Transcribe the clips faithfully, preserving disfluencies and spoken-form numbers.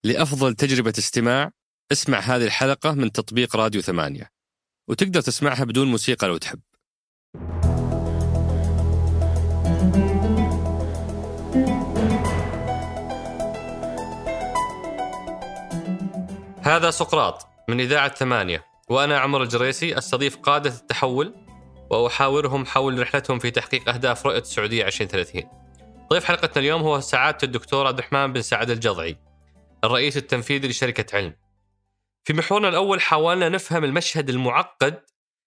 لأفضل تجربة استماع اسمع هذه الحلقة من تطبيق راديو ثمانية، وتقدر تسمعها بدون موسيقى لو تحب. هذا سقراط من إذاعة ثمانية، وأنا عمر الجريسي أستضيف قادة التحول وأحاورهم حول رحلتهم في تحقيق أهداف رؤية السعودية عشرين ثلاثين. ضيف حلقتنا اليوم هو سعادة الدكتور عبد الرحمن بن سعد الجضعي، الرئيس التنفيذي لشركة علم. في محورنا الأول حاولنا نفهم المشهد المعقد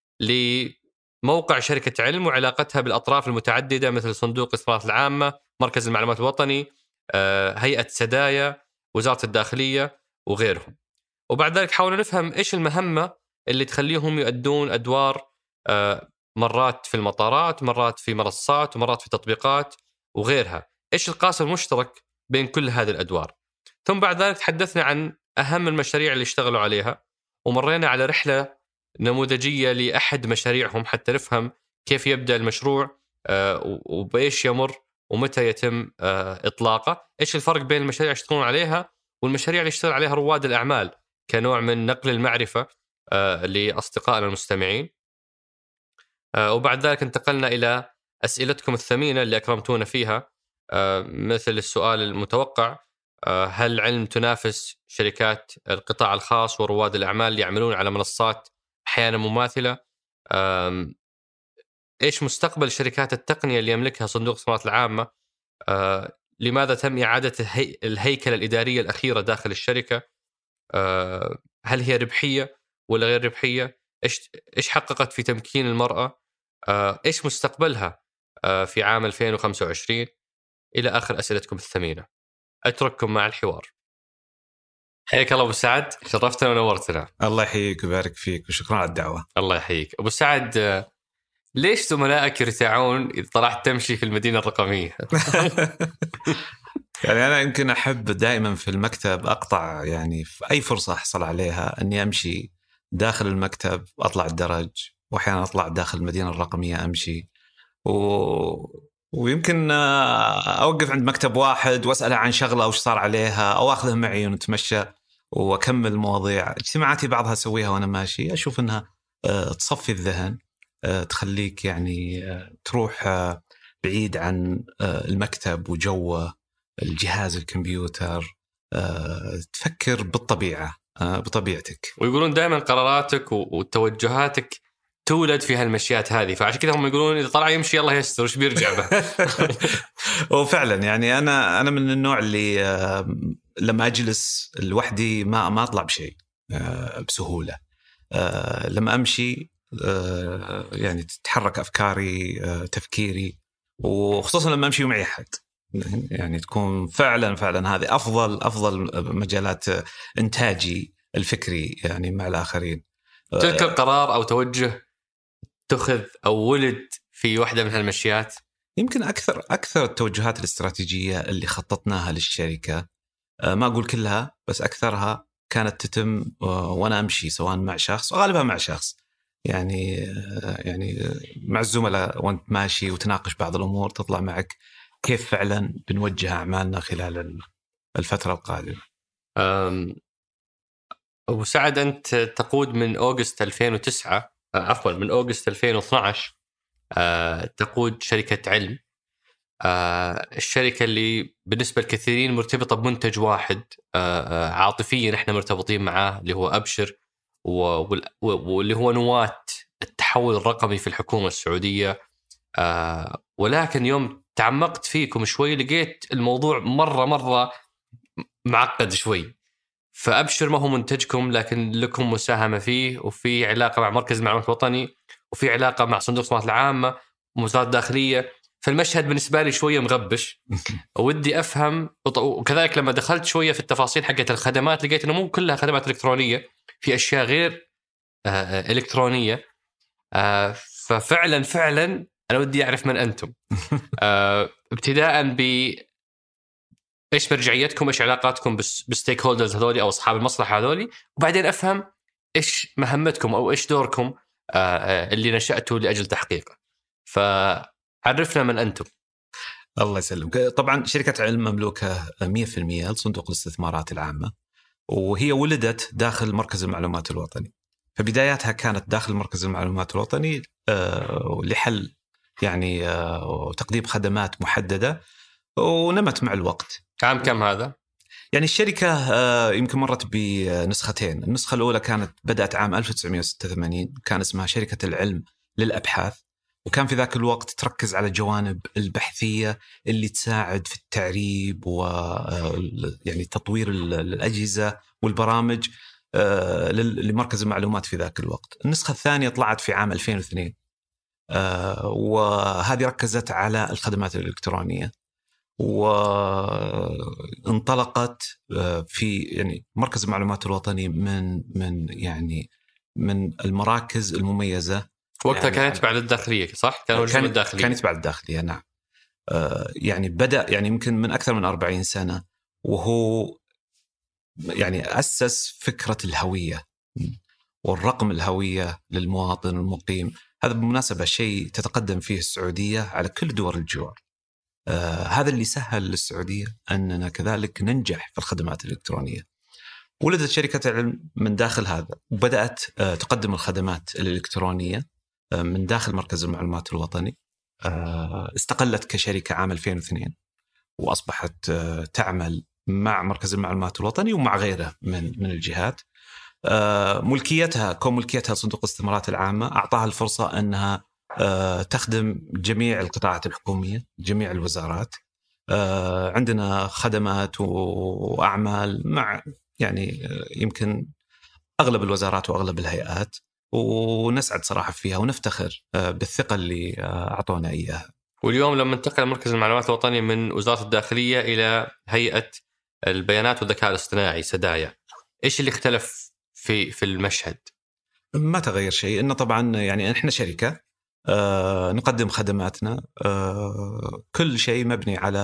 لموقع شركة علم وعلاقتها بالأطراف المتعددة مثل صندوق الاستثمارات العامة، مركز المعلومات الوطني، هيئة سدايا، وزارة الداخلية وغيرهم. وبعد ذلك حاولنا نفهم إيش المهمة اللي تخليهم يؤدون أدوار مرات في المطارات، مرات في منصات، ومرات في تطبيقات وغيرها. إيش القاسم المشترك بين كل هذه الأدوار؟ ثم بعد ذلك تحدثنا عن أهم المشاريع اللي اشتغلوا عليها، ومرينا على رحلة نموذجية لأحد مشاريعهم حتى نفهم كيف يبدأ المشروع وبإيش يمر ومتى يتم إطلاقه. إيش الفرق بين المشاريع اللي يشتغلون عليها والمشاريع اللي يشتغل عليها رواد الأعمال كنوع من نقل المعرفة لأصدقائنا المستمعين. وبعد ذلك انتقلنا إلى أسئلتكم الثمينة اللي أكرمتونا فيها، مثل السؤال المتوقع: هل علم تنافس شركات القطاع الخاص ورواد الأعمال اللي يعملون على منصات أحيانا مماثلة؟ إيش مستقبل شركات التقنية اللي يملكها صندوق الاستثمارات العامة؟ لماذا تم إعادة الهي... الهيكلة الإدارية الأخيرة داخل الشركة؟ هل هي ربحية ولا غير ربحية؟ إيش إيش حققت في تمكين المرأة؟ إيش مستقبلها في عام ألفين وخمسة وعشرين؟ إلى آخر أسئلتكم الثمينة. أترككم مع الحوار. حياك الله أبو سعد، شرفتنا ونورتنا. الله يحييك ويبارك فيك، وشكرا على الدعوة. الله يحييك أبو سعد. ليش زملائك يرتاعون إذا طلعت تمشي في المدينة الرقمية؟ يعني أنا يمكن أحب دائما في المكتب أقطع، يعني في أي فرصة أحصل عليها أني أمشي داخل المكتب، أطلع الدرج، وأحيانا أطلع داخل المدينة الرقمية أمشي، و... ويمكن أوقف عند مكتب واحد وأسأله عن شغلة أو إيش صار عليها، أو أخذه معي ونتمشى وأكمل مواضيع. اجتماعاتي بعضها أسويها وأنا ماشي، أشوف أنها تصفي الذهن، تخليك يعني تروح بعيد عن المكتب وجوه الجهاز الكمبيوتر، تفكر بالطبيعة بطبيعتك. ويقولون دائما قراراتك وتوجهاتك تولد في هالمشيات هذه، فعشان كذا هم يقولون إذا طلع يمشي الله يستر وش بيرجع به. وفعلا يعني أنا أنا من النوع اللي لما أجلس لوحدي ما ما أطلع بشيء بسهولة. لما أمشي يعني تتحرك أفكاري، تفكيري، وخصوصا لما أمشي ومعي أحد، يعني تكون فعلا فعلا هذه أفضل أفضل مجالات إنتاجي الفكري يعني مع الآخرين. تذكر قرار أو توجه تأخذ أو ولد في واحدة من هالمشيات؟ يمكن أكثر أكثر التوجهات الاستراتيجية اللي خططناها للشركة، ما أقول كلها بس أكثرها كانت تتم وأنا أمشي، سواء مع شخص وغالبا مع شخص، يعني يعني مع الزملاء وأنت ماشي وتناقش بعض الأمور، تطلع معك كيف فعلا بنوجه أعمالنا خلال الفترة القادمة. أبو سعد، أنت تقود من أغسطس ألفين وتسعة، عفوا من أغسطس ألفين واثناشر، تقود شركة علم، الشركة اللي بالنسبة للكثيرين مرتبطة بمنتج واحد عاطفيا احنا مرتبطين معاه، اللي هو أبشر، واللي هو نواة التحول الرقمي في الحكومة السعودية. ولكن يوم تعمقت فيكم شوي لقيت الموضوع مرة مرة معقد شوي. فأبشر ما هو منتجكم، لكن لكم مساهمة فيه، وفي علاقة مع مركز المعلومات الوطني، وفي علاقة مع صندوق الاستثمارات العامة ووزارة الداخلية. فالمشهد بالنسبة لي شوية مغبش، ودي أفهم. وكذلك لما دخلت شوية في التفاصيل حقت الخدمات لقيت إنه مو كلها خدمات إلكترونية، في أشياء غير آه إلكترونية. آه ففعلا فعلا أنا ودي أعرف من أنتم، آه ابتداء ب إيش مرجعيتكم، إيش علاقاتكم بالستيك هولدرز هذولي أو أصحاب المصلحة هذولي، وبعدين أفهم إيش مهمتكم أو إيش دوركم آه اللي نشأتوا لأجل تحقيقه. فعرفنا من أنتم. الله يسلمك. طبعا شركة علم مملوكة مية بالمية لصندوق الاستثمارات العامة، وهي ولدت داخل مركز المعلومات الوطني. فبداياتها كانت داخل مركز المعلومات الوطني لحل يعني تقديم خدمات محددة، ونمت مع الوقت. عام كم هذا؟ يعني الشركة يمكن مرت بنسختين. النسخة الأولى كانت بدأت عام ألف وتسعمائة وستة وثمانين، كان اسمها شركة العلم للأبحاث، وكان في ذاك الوقت تركز على الجوانب البحثية اللي تساعد في التعريب و يعني تطوير الأجهزة والبرامج لمركز المعلومات في ذاك الوقت. النسخة الثانية طلعت في عام ألفين واثنين، وهذه ركزت على الخدمات الإلكترونية، وانطلقت في يعني مركز المعلومات الوطني من من يعني من المراكز المميزة. وقتها يعني كانت بعد الداخلية صح؟ كان كانت الداخلية. كانت بعد الداخلية نعم. يعني بدأ يعني يمكن من أكثر من أربعين سنة، وهو يعني أسس فكرة الهوية والرقم الهوية للمواطن المقيم. هذا بالمناسبة شيء تتقدم فيه السعودية على كل دول الجوار. آه هذا اللي سهل للسعودية أننا كذلك ننجح في الخدمات الإلكترونية. ولدت شركة العلم من داخل هذا، وبدأت آه تقدم الخدمات الإلكترونية آه من داخل مركز المعلومات الوطني. آه استقلت كشركة عام ألفين واثنين، وأصبحت آه تعمل مع مركز المعلومات الوطني ومع غيره من من الجهات. آه ملكيتها كون ملكيتها صندوق الاستثمارات العامة أعطاها الفرصة أنها آه تخدم جميع القطاعات الحكومية، جميع الوزارات. آه عندنا خدمات وأعمال مع يعني آه يمكن أغلب الوزارات وأغلب الهيئات، ونسعد صراحة فيها ونفتخر آه بالثقة اللي آه أعطونا إياها. واليوم لما انتقل مركز المعلومات الوطني من وزارة الداخلية إلى هيئة البيانات والذكاء الاصطناعي سدايا، إيش اللي اختلف في في المشهد؟ ما تغير شيء. إنه طبعا يعني إحنا شركة آه نقدم خدماتنا، آه كل شيء مبني على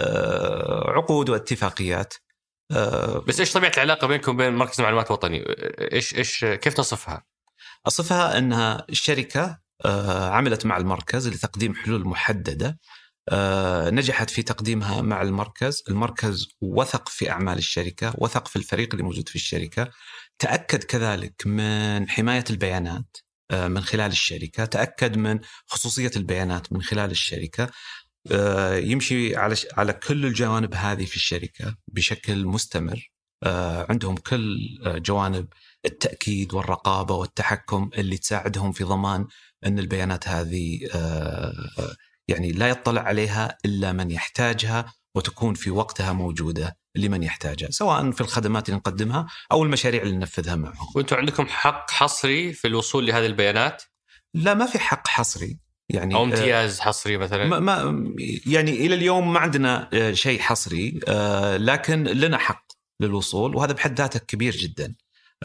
آه عقود واتفاقيات. آه بس إيش طبيعة العلاقة بينكم وبين مركز المعلومات الوطني؟ إيش إيش كيف تصفها؟ أصفها أنها الشركة آه عملت مع المركز لتقديم حلول محددة، آه نجحت في تقديمها مع المركز. المركز وثق في أعمال الشركة، وثق في الفريق اللي موجود في الشركة، تأكد كذلك من حماية البيانات آه من خلال الشركة، تأكد من خصوصية البيانات من خلال الشركة. آه يمشي على على كل الجوانب هذه في الشركة بشكل مستمر. آه عندهم كل آه جوانب التأكيد والرقابة والتحكم اللي تساعدهم في ضمان أن البيانات هذه آه يعني لا يطلع عليها إلا من يحتاجها، وتكون في وقتها موجودة لمن يحتاجها، سواء في الخدمات اللي نقدمها أو المشاريع اللي ننفذها معهم. وأنتم عندكم حق حصري في الوصول لهذه البيانات؟ لا، ما في حق حصري يعني، أو امتياز حصري مثلا. ما ما يعني إلى اليوم ما عندنا شيء حصري، لكن لنا حق للوصول، وهذا بحد ذاته كبير جدا.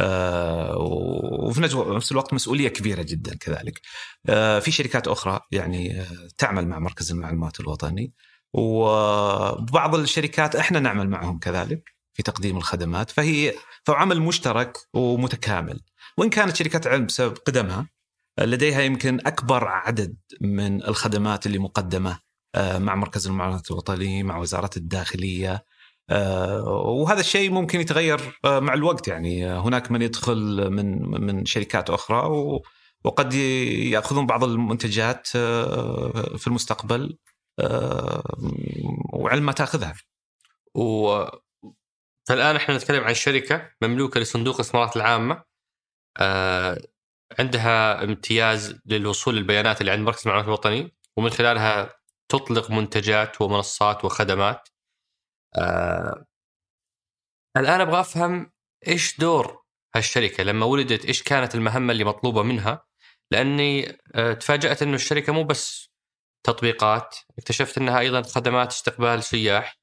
آه وفي نفس الوقت مسؤولية كبيرة جدا كذلك. آه في شركات أخرى يعني آه تعمل مع مركز المعلومات الوطني، وبعض الشركات إحنا نعمل معهم كذلك في تقديم الخدمات، فهي فعمل مشترك ومتكامل. وإن كانت شركات علم بسبب قدمها لديها يمكن أكبر عدد من الخدمات اللي مقدمة آه مع مركز المعلومات الوطني، مع وزارة الداخلية. آه وهذا الشيء ممكن يتغير آه مع الوقت. يعني آه هناك من يدخل من من شركات أخرى، وقد يأخذون بعض المنتجات آه في المستقبل آه وعلم ما تأخذها. و فالآن احنا نتكلم عن شركة مملوكة لصندوق الاستثمارات العامة، آه عندها امتياز للوصول للبيانات اللي عند مركز المعلومات الوطني، ومن خلالها تطلق منتجات ومنصات وخدمات. آه الآن أبغى أفهم إيش دور هالشركة لما ولدت، إيش كانت المهمة اللي مطلوبة منها، لأني آه تفاجأت أنه الشركة مو بس تطبيقات، اكتشفت أنها أيضا خدمات استقبال سياح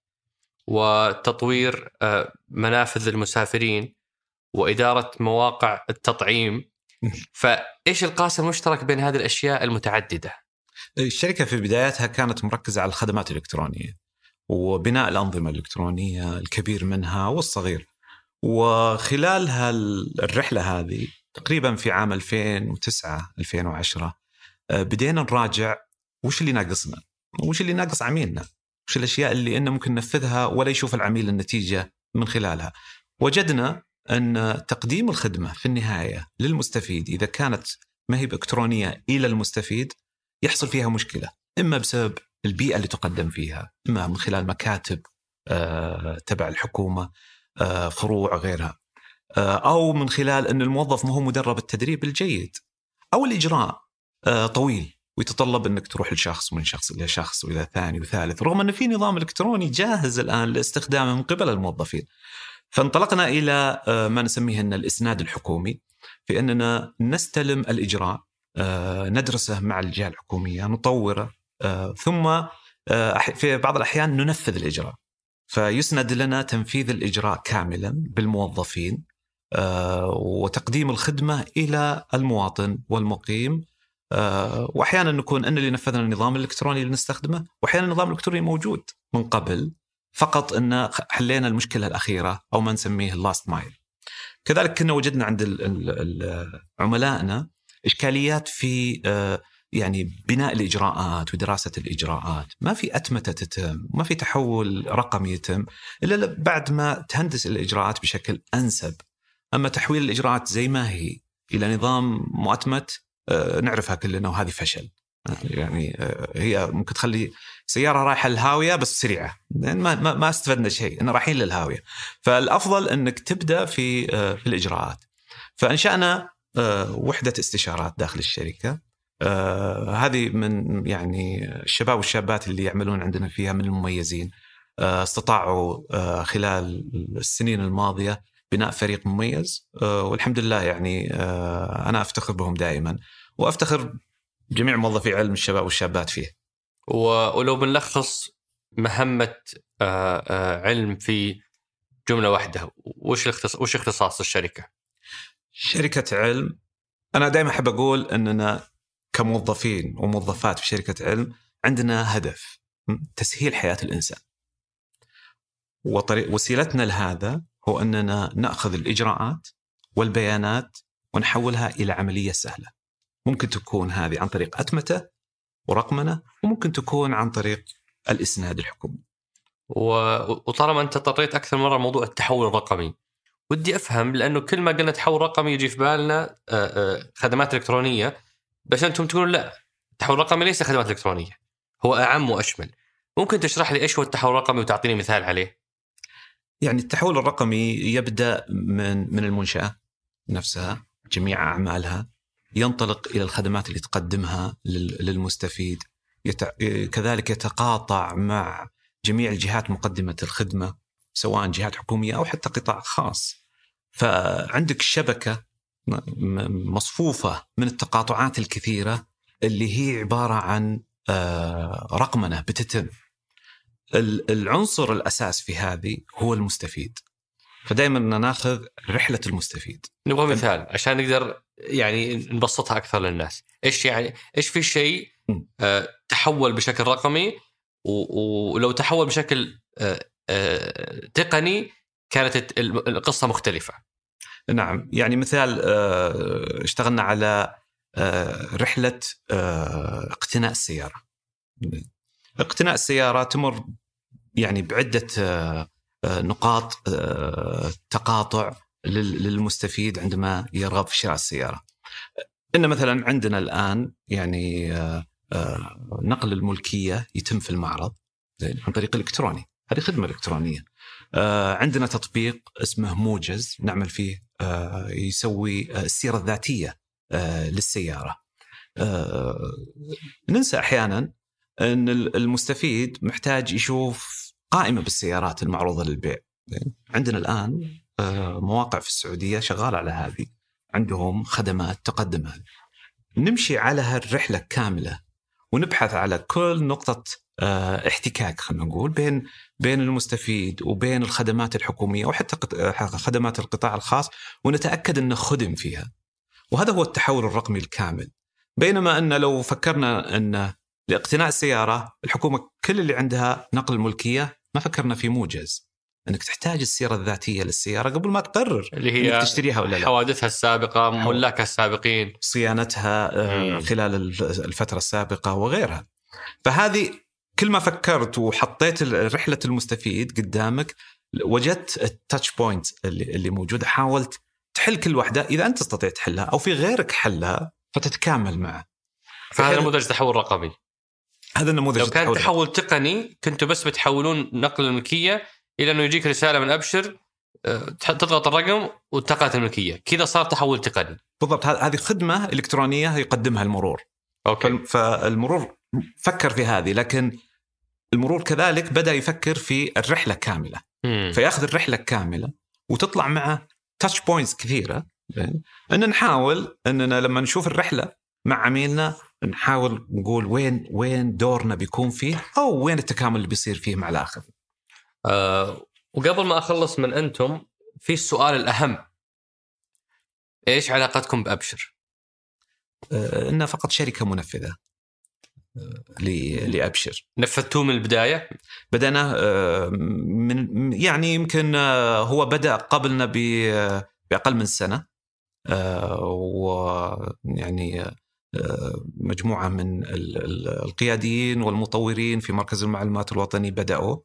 وتطوير آه منافذ المسافرين وإدارة مواقع التطعيم. فإيش القاسم المشترك بين هذه الأشياء المتعددة؟ الشركة في بدايتها كانت مركزة على الخدمات الإلكترونية وبناء الأنظمة الإلكترونية، الكبير منها والصغير. وخلال الرحلة هذه تقريبا في عام ألفين وتسعة ألفين وعشرة بدينا نراجع وش اللي ناقصنا، وش اللي ناقص عميلنا، وش الأشياء اللي إنه ممكن ننفذها ولا يشوف العميل النتيجة من خلالها. وجدنا أن تقديم الخدمة في النهاية للمستفيد إذا كانت ما هي إلكترونية إلى المستفيد يحصل فيها مشكلة، إما بسبب البيئة اللي تقدم فيها، إما من خلال مكاتب آه تبع الحكومة، آه فروع غيرها، آه أو من خلال أن الموظف ما هو مدرب التدريب الجيد، أو الإجراء آه طويل ويتطلب أنك تروح لشخص من شخص إلى شخص وإلى ثاني وثالث، رغم أن في نظام إلكتروني جاهز الآن لاستخدامه من قبل الموظفين. فانطلقنا إلى ما نسميه أن الإسناد الحكومي، في أننا نستلم الإجراء، ندرسه مع الجهة الحكومية، نطوره، ثم في بعض الأحيان ننفذ الإجراء، فيسند لنا تنفيذ الإجراء كاملا بالموظفين وتقديم الخدمة إلى المواطن والمقيم. وأحيانا نكون أن اللي نفذنا النظام الإلكتروني اللي نستخدمه، وأحيانا النظام الإلكتروني موجود من قبل، فقط أن حلينا المشكلة الأخيرة أو ما نسميه اللاست مايل. كذلك كنا وجدنا عند عملائنا إشكاليات في يعني بناء الإجراءات ودراسة الإجراءات، ما في أتمتة تتم، ما في تحول رقمي يتم إلا بعد ما تهندس الإجراءات بشكل أنسب. أما تحويل الإجراءات زي ما هي إلى نظام مؤتمت نعرفها كلنا، وهذه فشل. يعني هي ممكن تخلي سيارة رايحة للهاوية بس سريعة، ما ما ما استفدنا شيء، إن رايحين للهاوية. فالأفضل إنك تبدأ في في الإجراءات. فأنشأنا وحدة استشارات داخل الشركة، هذه من يعني الشباب والشابات اللي يعملون عندنا فيها من المميزين، استطاعوا خلال السنين الماضية بناء فريق مميز، والحمد لله يعني أنا أفتخر بهم دائما، وأفتخر جميع موظفي علم الشباب والشابات فيه. ولو بنلخص مهمة علم في جملة واحدة، وش الاختصاص وش اختصاص الشركة؟ شركة علم، أنا دائما أحب أقول أننا كموظفين وموظفات في شركة علم عندنا هدف تسهيل حياة الإنسان، وطريق وسيلتنا لهذا هو أننا نأخذ الإجراءات والبيانات ونحولها إلى عملية سهلة. ممكن تكون هذه عن طريق أتمتة ورقمنة، وممكن تكون عن طريق الإسناد الحكومي. وطالما أنت طريت أكثر مرة موضوع التحول الرقمي، ودي أفهم، لأنه كل ما قلنا تحول رقمي يجي في بالنا خدمات إلكترونية، بس أنتم تقولون لا، التحول الرقمي ليس خدمات إلكترونية، هو أعم وأشمل. ممكن تشرح لي إيش هو التحول الرقمي وتعطيني مثال عليه؟ يعني التحول الرقمي يبدأ من من المنشأة نفسها، جميع أعمالها، ينطلق إلى الخدمات اللي تقدمها للمستفيد، يت... كذلك يتقاطع مع جميع الجهات مقدمة الخدمة، سواء جهات حكومية أو حتى قطاع خاص. فعندك شبكة مصفوفة من التقاطعات الكثيرة اللي هي عبارة عن رقمنة بتتم. العنصر الأساس في هذه هو المستفيد، فدائما ناخذ رحلة المستفيد. نبغى مثال عشان نقدر يعني نبسطها أكثر للناس. إيش يعني إيش في شيء آه تحول بشكل رقمي، ولو تحول بشكل آه آه تقني كانت القصة مختلفة؟ نعم، يعني مثال آه اشتغلنا على آه رحلة آه اقتناء السيارة. اقتناء السيارة تمر يعني بعدة آه نقاط تقاطع للمستفيد عندما يرغب في شراء السيارة. إن مثلا عندنا الآن يعني نقل الملكية يتم في المعرض عن طريق الإلكتروني، هذه خدمة إلكترونية. عندنا تطبيق اسمه موجز نعمل فيه، يسوي السيرة الذاتية للسيارة. ننسى أحيانا أن المستفيد محتاج يشوف قائمة بالسيارات المعروضة للبيع. عندنا الآن مواقع في السعودية شغالة على هذه، عندهم خدمات تقدم هذه. نمشي على هالرحلة كاملة ونبحث على كل نقطة احتكاك، خلينا نقول، بين بين المستفيد وبين الخدمات الحكومية وحتى خدمات القطاع الخاص، ونتأكد أنه خدم فيها. وهذا هو التحول الرقمي الكامل. بينما أن لو فكرنا أن لاقتناء السيارة الحكومة كل اللي عندها نقل الملكية، ما فكرنا في موجز أنك تحتاج السيرة الذاتية للسيارة قبل ما تقرر اللي هي أنك تشتريها ولا لا، حوادثها السابقة، ملاكها السابقين، صيانتها خلال الفترة السابقة وغيرها. فهذه كل ما فكرت وحطيت رحلة المستفيد قدامك وجدت التاتش بوينت اللي اللي موجوده، حاولت تحل كل واحده اذا انت تستطيع تحلها او في غيرك حلها فتتكامل معه. فهذا نموذج تحول رقمي. هذا النموذج لو كان تحول تقني كنتوا بس بتحولون نقل الملكيه الى انه يجيك رساله من ابشر تضغط الرقم وانتقلت الملكيه، كذا صار تحول تقني. بالضبط، هذه خدمه الكترونيه يقدمها المرور. اوكي. فالمرور فكر في هذه، لكن المرور كذلك بدا يفكر في الرحله كامله. مم. فياخذ الرحله كامله وتطلع معه تاتش بوينتس كثيره، ان نحاول اننا لما نشوف الرحله مع عميلنا نحاول نقول وين وين دورنا بيكون فيه او وين التكامل اللي بيصير فيه مع الاخر. أه وقبل ما اخلص من انتم، في السؤال الاهم، ايش علاقتكم بأبشر؟ أه انها فقط شركه منفذه لأبشر. نفذتوه من البدايه؟ بدأنا أه من يعني يمكن أه هو بدأ قبلنا بأقل من سنه، أه ويعني أه مجموعه من القياديين والمطورين في مركز المعلومات الوطني بدأوا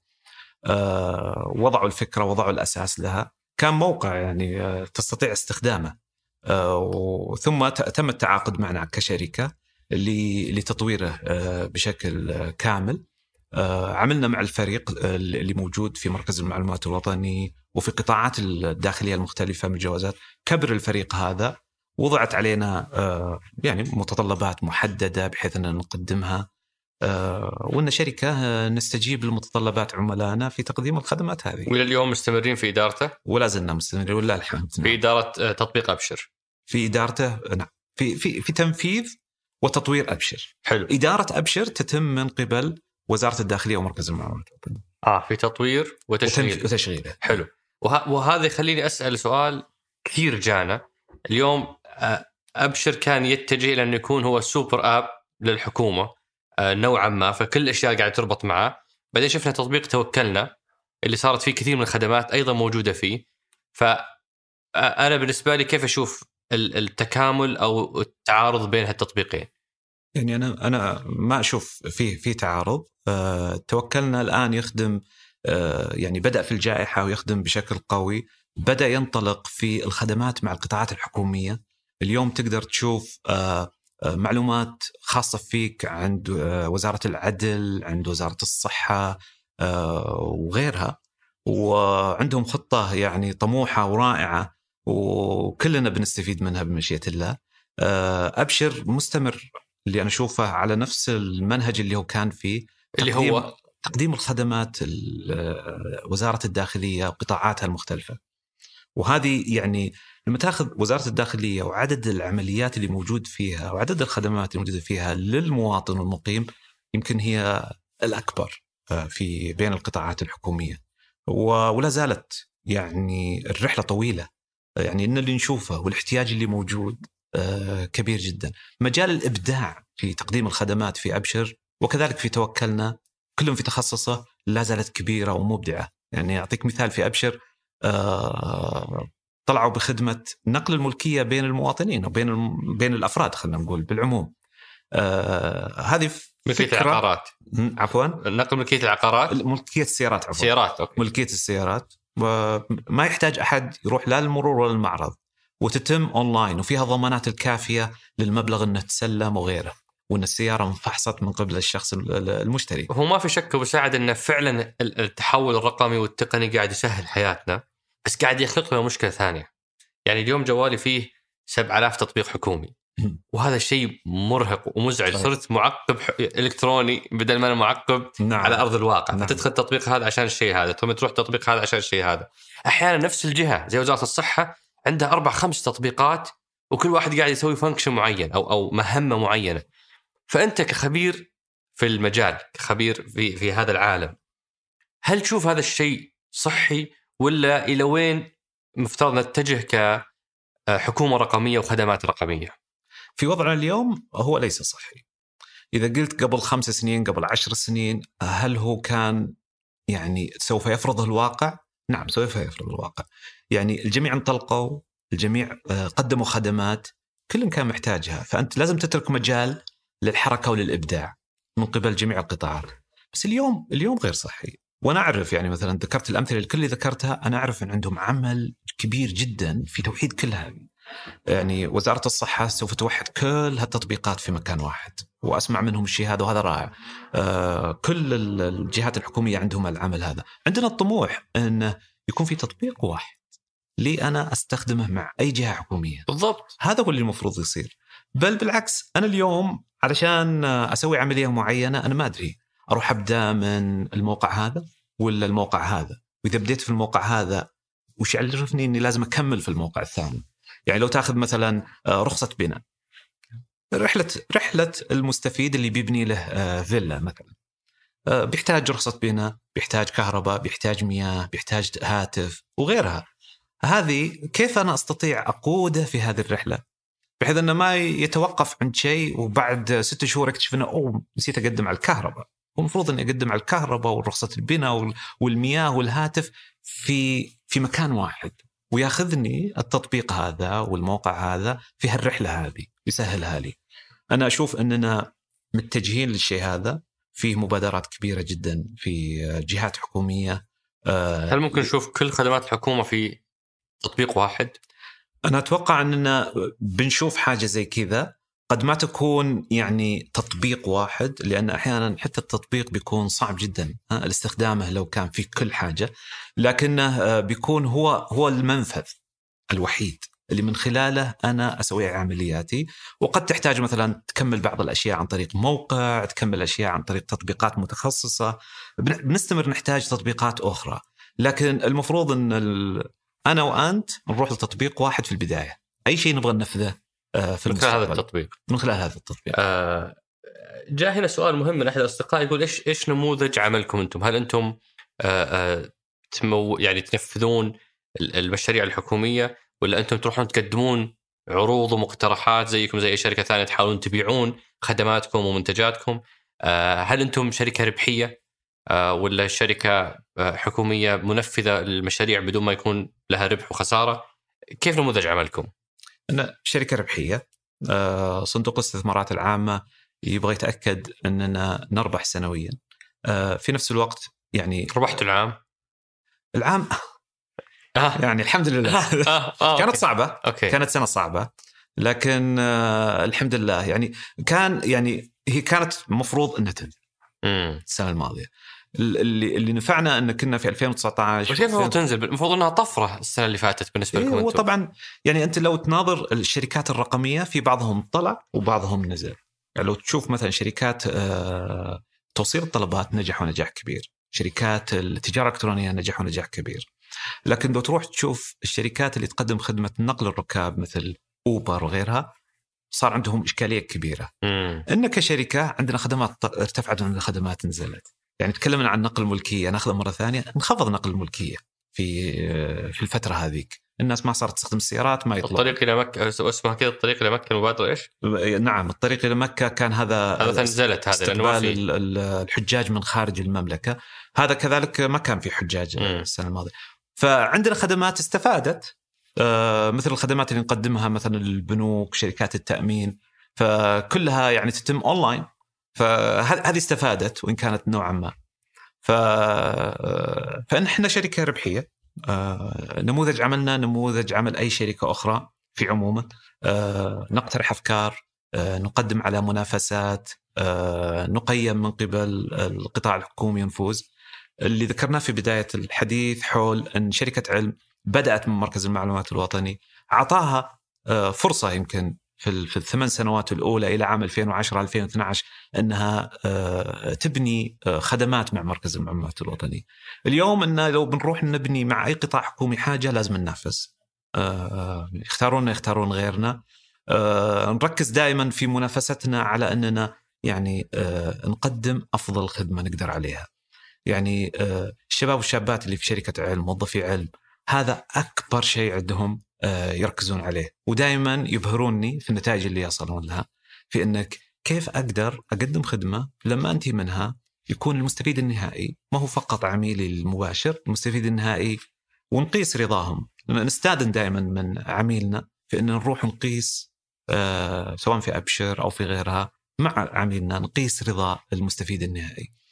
أه وضعوا الفكرة، وضعوا الأساس لها. كان موقع يعني أه تستطيع استخدامه، أه ثم تم التعاقد معنا كشركة لتطويره أه بشكل كامل. أه عملنا مع الفريق اللي موجود في مركز المعلومات الوطني وفي قطاعات الداخلية المختلفة من الجوازات. كبر الفريق هذا، وضعت علينا أه يعني متطلبات محددة بحيث أن نقدمها، أه وأن شركة نستجيب لمتطلبات عملائنا في تقديم الخدمات هذه. وإلى اليوم مستمرين في إدارته؟ ولا زلنا مستمرين والله الحمد. في إدارة تطبيق أبشر؟ في إدارته نعم، في في في تنفيذ وتطوير أبشر. حلو. إدارة أبشر تتم من قبل وزارة الداخلية ومركز المعلومات. آه في تطوير وتشغيل. وتشغيله. حلو. وه... وهذا يخليني أسأل سؤال كثير جانا اليوم. أبشر كان يتجه إلى أن يكون هو سوبر آب للحكومة نوعا ما، فكل الأشياء قاعدة تربط معه. بعدين شفنا تطبيق توكلنا اللي صارت فيه كثير من الخدمات أيضا موجودة فيه. فأنا بالنسبة لي كيف أشوف التكامل أو التعارض بين هالتطبيقين؟ يعني أنا أنا ما أشوف فيه في تعارض. أه توكلنا الآن يخدم، أه يعني بدأ في الجائحة ويخدم بشكل قوي، بدأ ينطلق في الخدمات مع القطاعات الحكومية. اليوم تقدر تشوف أه معلومات خاصة فيك عند وزارة العدل، عند وزارة الصحة وغيرها، وعندهم خطة يعني طموحة ورائعة وكلنا بنستفيد منها بمشيئة الله. أبشر مستمر اللي أنا أشوفه على نفس المنهج اللي هو كان فيه، اللي هو تقديم الخدمات وزارة الداخلية وقطاعاتها المختلفة. وهذه يعني لما تأخذ وزارة الداخلية وعدد العمليات اللي موجود فيها وعدد الخدمات اللي موجودة فيها للمواطن والمقيم، يمكن هي الأكبر في بين القطاعات الحكومية. ولا زالت يعني الرحلة طويلة، يعني إن اللي نشوفه والاحتياج اللي موجود كبير جدا. مجال الإبداع في تقديم الخدمات في أبشر وكذلك في توكلنا كلهم في تخصصه لا زالت كبيرة ومبدعة. يعني أعطيك مثال، في أبشر آه طلعوا بخدمة نقل الملكية بين المواطنين وبين الم... بين الأفراد، خلينا نقول بالعموم. آه هذه ملكية العقارات، عفوا نقل ملكية العقارات، ملكية السيارات، عفوا سيارات. أوكي. ملكية السيارات، وما يحتاج أحد يروح لا للمرور ولا المعرض، وتتم أونلاين وفيها ضمانات الكافية للمبلغ أنه تسلم وغيره، وأن السيارة انفحصت من قبل الشخص المشتري. هو ما في شك وساعد أن فعلا التحول الرقمي والتقني قاعد يسهل حياتنا، بس قاعد يخلق لنا مشكلة ثانية. يعني اليوم جوالي فيه سبعة آلاف تطبيق حكومي، وهذا شيء مرهق ومزعج. صرت معقب إلكتروني بدل ما أنا معقب نعم. على أرض الواقع. نعم. فتدخل تطبيق هذا عشان الشيء هذا، ثم تروح تطبيق هذا عشان الشيء هذا. أحيانا نفس الجهة زي وزارة الصحة عندها أربع خمس تطبيقات، وكل واحد قاعد يسوي فانكشن معين أو أو مهمة معينة. فأنت كخبير في المجال، كخبير في في هذا العالم، هل تشوف هذا الشيء صحي ولا إلى وين مفترض نتجه كحكومة رقمية وخدمات رقمية؟ في وضعنا اليوم هو ليس صحي. إذا قلت قبل خمس سنين، قبل عشر سنين، هل هو كان يعني سوف يفرض الواقع؟ نعم سوف يفرض الواقع. يعني الجميع انطلقوا، الجميع قدموا خدمات كل كان محتاجها، فأنت لازم تترك مجال للحركة وللإبداع من قبل جميع القطاعات. بس اليوم اليوم غير صحي. وأنا أعرف يعني مثلا ذكرت الأمثلة الكل اللي ذكرتها، أنا أعرف أن عندهم عمل كبير جدا في توحيد كل هذه. يعني وزارة الصحة سوف توحد كل هالتطبيقات في مكان واحد، وأسمع منهم الشيء هذا وهذا رائع. آه كل الجهات الحكومية عندهم العمل هذا. عندنا الطموح أن يكون في تطبيق واحد لي أنا أستخدمه مع أي جهة حكومية. بالضبط، هذا هو اللي المفروض يصير. بل بالعكس، أنا اليوم علشان أسوي عملية معينة أنا ما أدري أروح أبدأ من الموقع هذا ولا الموقع هذا، وإذا بديت في الموقع هذا وش يعرفني أني لازم أكمل في الموقع الثاني. يعني لو تأخذ مثلا رخصة بناء، رحلة رحلة المستفيد اللي بيبني له فيلا مثلا، بيحتاج رخصة بناء، بيحتاج كهرباء، بيحتاج مياه، بيحتاج هاتف وغيرها. هذه كيف أنا أستطيع أقوده في هذه الرحلة بحيث أنه ما يتوقف عند شيء وبعد ست شهور اكتشف أنه أوه نسيت أقدم على الكهرباء. هو المفروض أني أقدم على الكهرباء ورخصة البناء والمياه والهاتف في في مكان واحد، وياخذني التطبيق هذا والموقع هذا في هالرحلة هذه، يسهلها لي. أنا أشوف أننا متجهين للشيء هذا، فيه مبادرات كبيرة جدا في جهات حكومية. هل ممكن نشوف كل خدمات الحكومة في تطبيق واحد؟ أنا أتوقع أننا بنشوف حاجة زي كذا، قد ما تكون يعني تطبيق واحد، لأن أحيانا حتى التطبيق بيكون صعب جدا الاستخدامه لو كان في كل حاجة، لكنه بيكون هو هو المنفذ الوحيد اللي من خلاله أنا أسوي عملياتي. وقد تحتاج مثلا تكمل بعض الأشياء عن طريق موقع، تكمل أشياء عن طريق تطبيقات متخصصة، بنستمر نحتاج تطبيقات أخرى. لكن المفروض أن ال... أنا وأنت نروح لتطبيق واحد في البداية. أي شيء نبغى ننفذه في من خلال هذا التطبيق من خلال هذا التطبيق. آه جاء هنا سؤال مهم من أحد الأصدقاء يقول إيش إيش نموذج عملكم أنتم؟ هل أنتم آه آه تمو يعني تنفذون المشاريع الحكومية، ولا أنتم تروحون تقدمون عروض ومقترحات زيكم زي أي شركة ثانية تحاولون تبيعون خدماتكم ومنتجاتكم؟ آه هل أنتم شركة ربحية آه ولا شركة آه حكومية منفذة للمشاريع بدون ما يكون لها ربح وخسارة؟ كيف نموذج عملكم؟ أنا شركة ربحية. آه صندوق الاستثمارات العامة يبغى يتأكد أننا نربح سنويا. آه في نفس الوقت يعني ربحت العام العام آه. يعني الحمد لله. آه. آه. كانت صعبة. أوكي. كانت سنة صعبة، لكن آه الحمد لله يعني كان يعني هي كانت مفروض أنها تنزل السنة الماضية. اللي اللي نفعنا أن كنا في ألفين وتسعة عشر وكيف المفروض تنزل؟ المفروض أنها طفرة السنة اللي فاتت بالنسبة إيه لكم أنتم. طبعا يعني أنت لو تناظر الشركات الرقمية في بعضهم طلع وبعضهم نزل. يعني لو تشوف مثلا شركات آه توصيل الطلبات نجحوا نجاح كبير، شركات التجارة الإلكترونية نجحوا نجاح كبير. لكن لو تروح تشوف الشركات اللي تقدم خدمة نقل الركاب مثل أوبر وغيرها صار عندهم إشكالية كبيرة. مم. إن كشركة عندنا خدمات ارتفعت وعندنا خدمات نزلت. يعني تكلمنا عن نقل الملكية، ناخذ مرة ثانية نخفض نقل الملكية في في الفترة هذيك. الناس ما صارت تستخدم السيارات، ما يطلع الطريق إلى مكة اسمها كذا، الطريق إلى مكة المبادرة إيش؟ نعم الطريق إلى مكة كان هذا هذا نزلت هذا استقبال الحجاج من خارج المملكة. هذا كذلك ما كان في حجاج م. السنة الماضية. فعندنا خدمات استفادت مثل الخدمات اللي نقدمها مثلا البنوك، شركات التأمين، فكلها يعني تتم أونلاين، فهذه استفادت وإن كانت نوعا ما. ف... فإحنا شركة ربحية. نموذج عملنا نموذج عمل أي شركة أخرى في عموما. نقترح أفكار، نقدم على منافسات، نقيم من قبل القطاع الحكومي ونفوز. اللي ذكرناه في بداية الحديث حول أن شركة علم بدأت من مركز المعلومات الوطني، عطاها فرصة يمكن في في الثمان سنوات الأولى إلى عام ألفين وعشرة ألفين واثني عشر أنها تبني خدمات مع مركز المعلومات الوطني. اليوم أن لو بنروح نبني مع أي قطاع حكومي حاجة لازم ننافس، يختاروننا يختارون غيرنا. نركز دائما في منافستنا على أننا يعني نقدم أفضل خدمة نقدر عليها. يعني الشباب والشابات اللي في شركة علم، موظفي علم، هذا أكبر شيء عندهم يركزون عليه، ودائما يبهروني في النتائج اللي يصلون لها، في أنك كيف أقدر أقدم خدمة لما أنتي منها يكون المستفيد النهائي ما هو فقط عميلي المباشر، المستفيد النهائي، ونقيس رضاهم. نستأذن دائما من عميلنا في أن نروح نقيس آه سواء في أبشر أو في غيرها مع عميلنا، نقيس رضا المستفيد النهائي.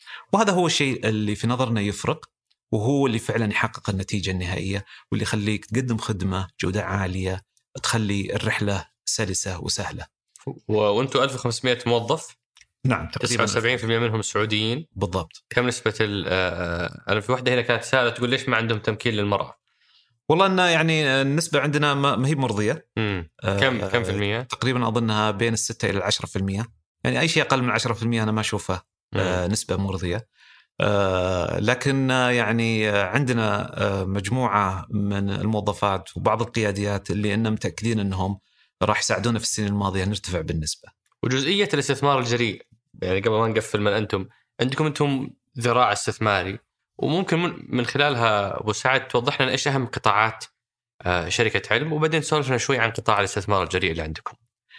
وهذا هو الشيء اللي في نظرنا يفرق، وهو اللي فعلا يحقق النتيجة النهائية، واللي يخليك تقدم خدمة جودة عالية تخلي الرحلة سلسة وسهلة. وأنتوا ألف وخمسمائة موظف؟ نعم، تسعة وسبعين بالمئة منهم سعوديين. بالضبط. كم نسبة ال أنا في واحدة هنا كانت سائلة تقول ليش ما عندهم تمكين للمرأة؟ والله أن يعني النسبة عندنا ما هي مرضية. مم. كم كم في المية؟ تقريبا أظنها بين الستة إلى العشرة في المية. يعني أي شيء أقل من عشرة في المية أنا ما أشوفه آه نسبة مرضية. آه لكن يعني عندنا آه مجموعة من الموظفات وبعض القياديات اللي إنهم متأكدين أنهم راح يساعدونا في السنين الماضية نرتفع بالنسبة. وجزئية الاستثمار الجريء، يعني قبل ما نقفل، من أنتم عندكم أنتم ذراع استثماري، وممكن من خلالها أبو سعد توضح لنا إيش أهم قطاعات شركة علم، وبعدين نسولف لنا شوي عن قطاع الاستثمار الجريء اللي عندكم.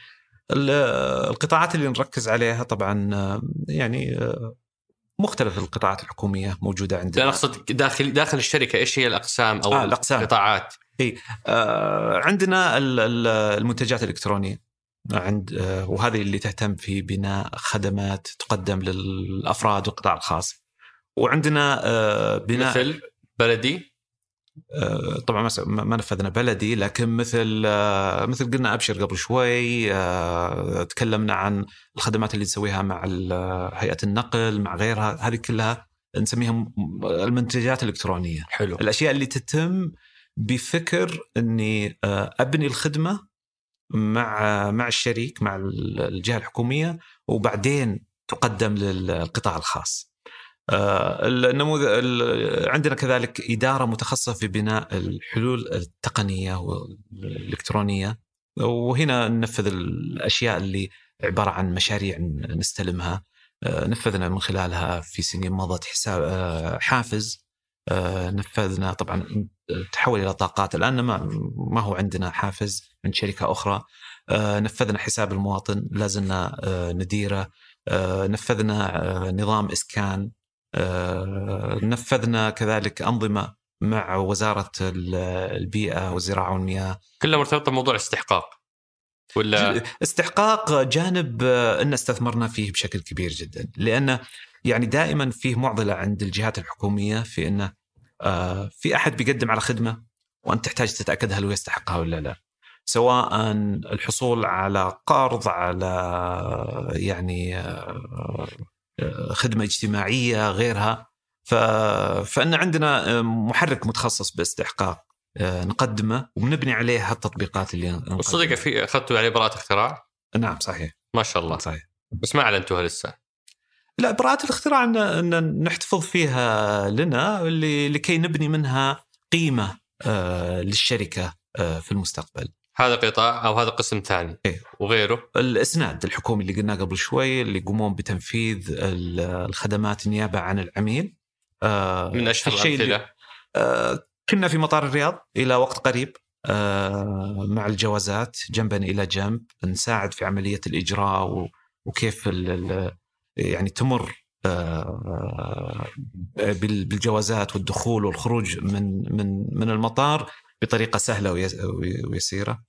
القطاعات اللي نركز عليها طبعا يعني مختلف القطاعات الحكومية موجودة عندنا. لا نقصد داخل داخل الشركة إيش هي الأقسام أو آه الأقسام. القطاعات؟ إيه آه عندنا المنتجات الإلكترونية عند آه وهذه اللي تهتم في بناء خدمات تقدم للأفراد والقطاع الخاص. وعندنا آه بناء مثل بلدي. آه طبعا ما نفذنا بلدي، لكن مثل آه مثل قلنا أبشر قبل شوي. آه تكلمنا عن الخدمات اللي نسويها مع هيئة النقل مع غيرها، هذه كلها نسميها المنتجات الإلكترونية. حلو. الأشياء اللي تتم بفكر أني آه أبني الخدمة مع مع الشريك مع الجهة الحكومية، وبعدين تقدم للقطاع الخاص. النموذج عندنا كذلك إدارة متخصصة في بناء الحلول التقنية والإلكترونية، وهنا ننفذ الأشياء اللي عبارة عن مشاريع نستلمها. نفذنا من خلالها في سنين مضت حساب حافز، نفذنا طبعا تحول إلى طاقات. الآن ما ما هو عندنا حافز من شركة أخرى. نفذنا حساب المواطن لازلنا نديره. نفذنا نظام إسكان. نفذنا كذلك أنظمة مع وزارة البيئة والزراعة والمياه. كلها مرتبطة بموضوع الاستحقاق ولا استحقاق؟ جانب أن استثمرنا فيه بشكل كبير جدا، لأن يعني دائما فيه معضلة عند الجهات الحكومية في أنه في أحد بيقدم على خدمة وأنت تحتاج تتأكد هل هو يستحقها ولا لا، سواء الحصول على قرض، على يعني خدمة اجتماعية غيرها. ف... فإن عندنا محرك متخصص باستحقاق نقدمه وبنبني عليه هالتطبيقات اللي نقدمها. الصدق في أخذتوا عليه براءة اختراع؟ نعم صحيح. ما شاء الله. صحيح. بس ما أعلنتوها لسه؟ لا، براءة الاختراع أن نحتفظ فيها لنا لكي نبني منها قيمة للشركة في المستقبل. هذا قطاع أو هذا قسم ثاني. إيه؟ وغيره الإسناد الحكومي اللي قلنا قبل شوي، اللي يقومون بتنفيذ الخدمات نيابة عن العميل. آه من أشهر الأمثلة آه كنا في مطار الرياض إلى وقت قريب آه مع الجوازات جنبا إلى جنب، نساعد في عملية الإجراء وكيف ال يعني تمر آه بالجوازات والدخول والخروج من من من المطار بطريقة سهلة ويسيرة.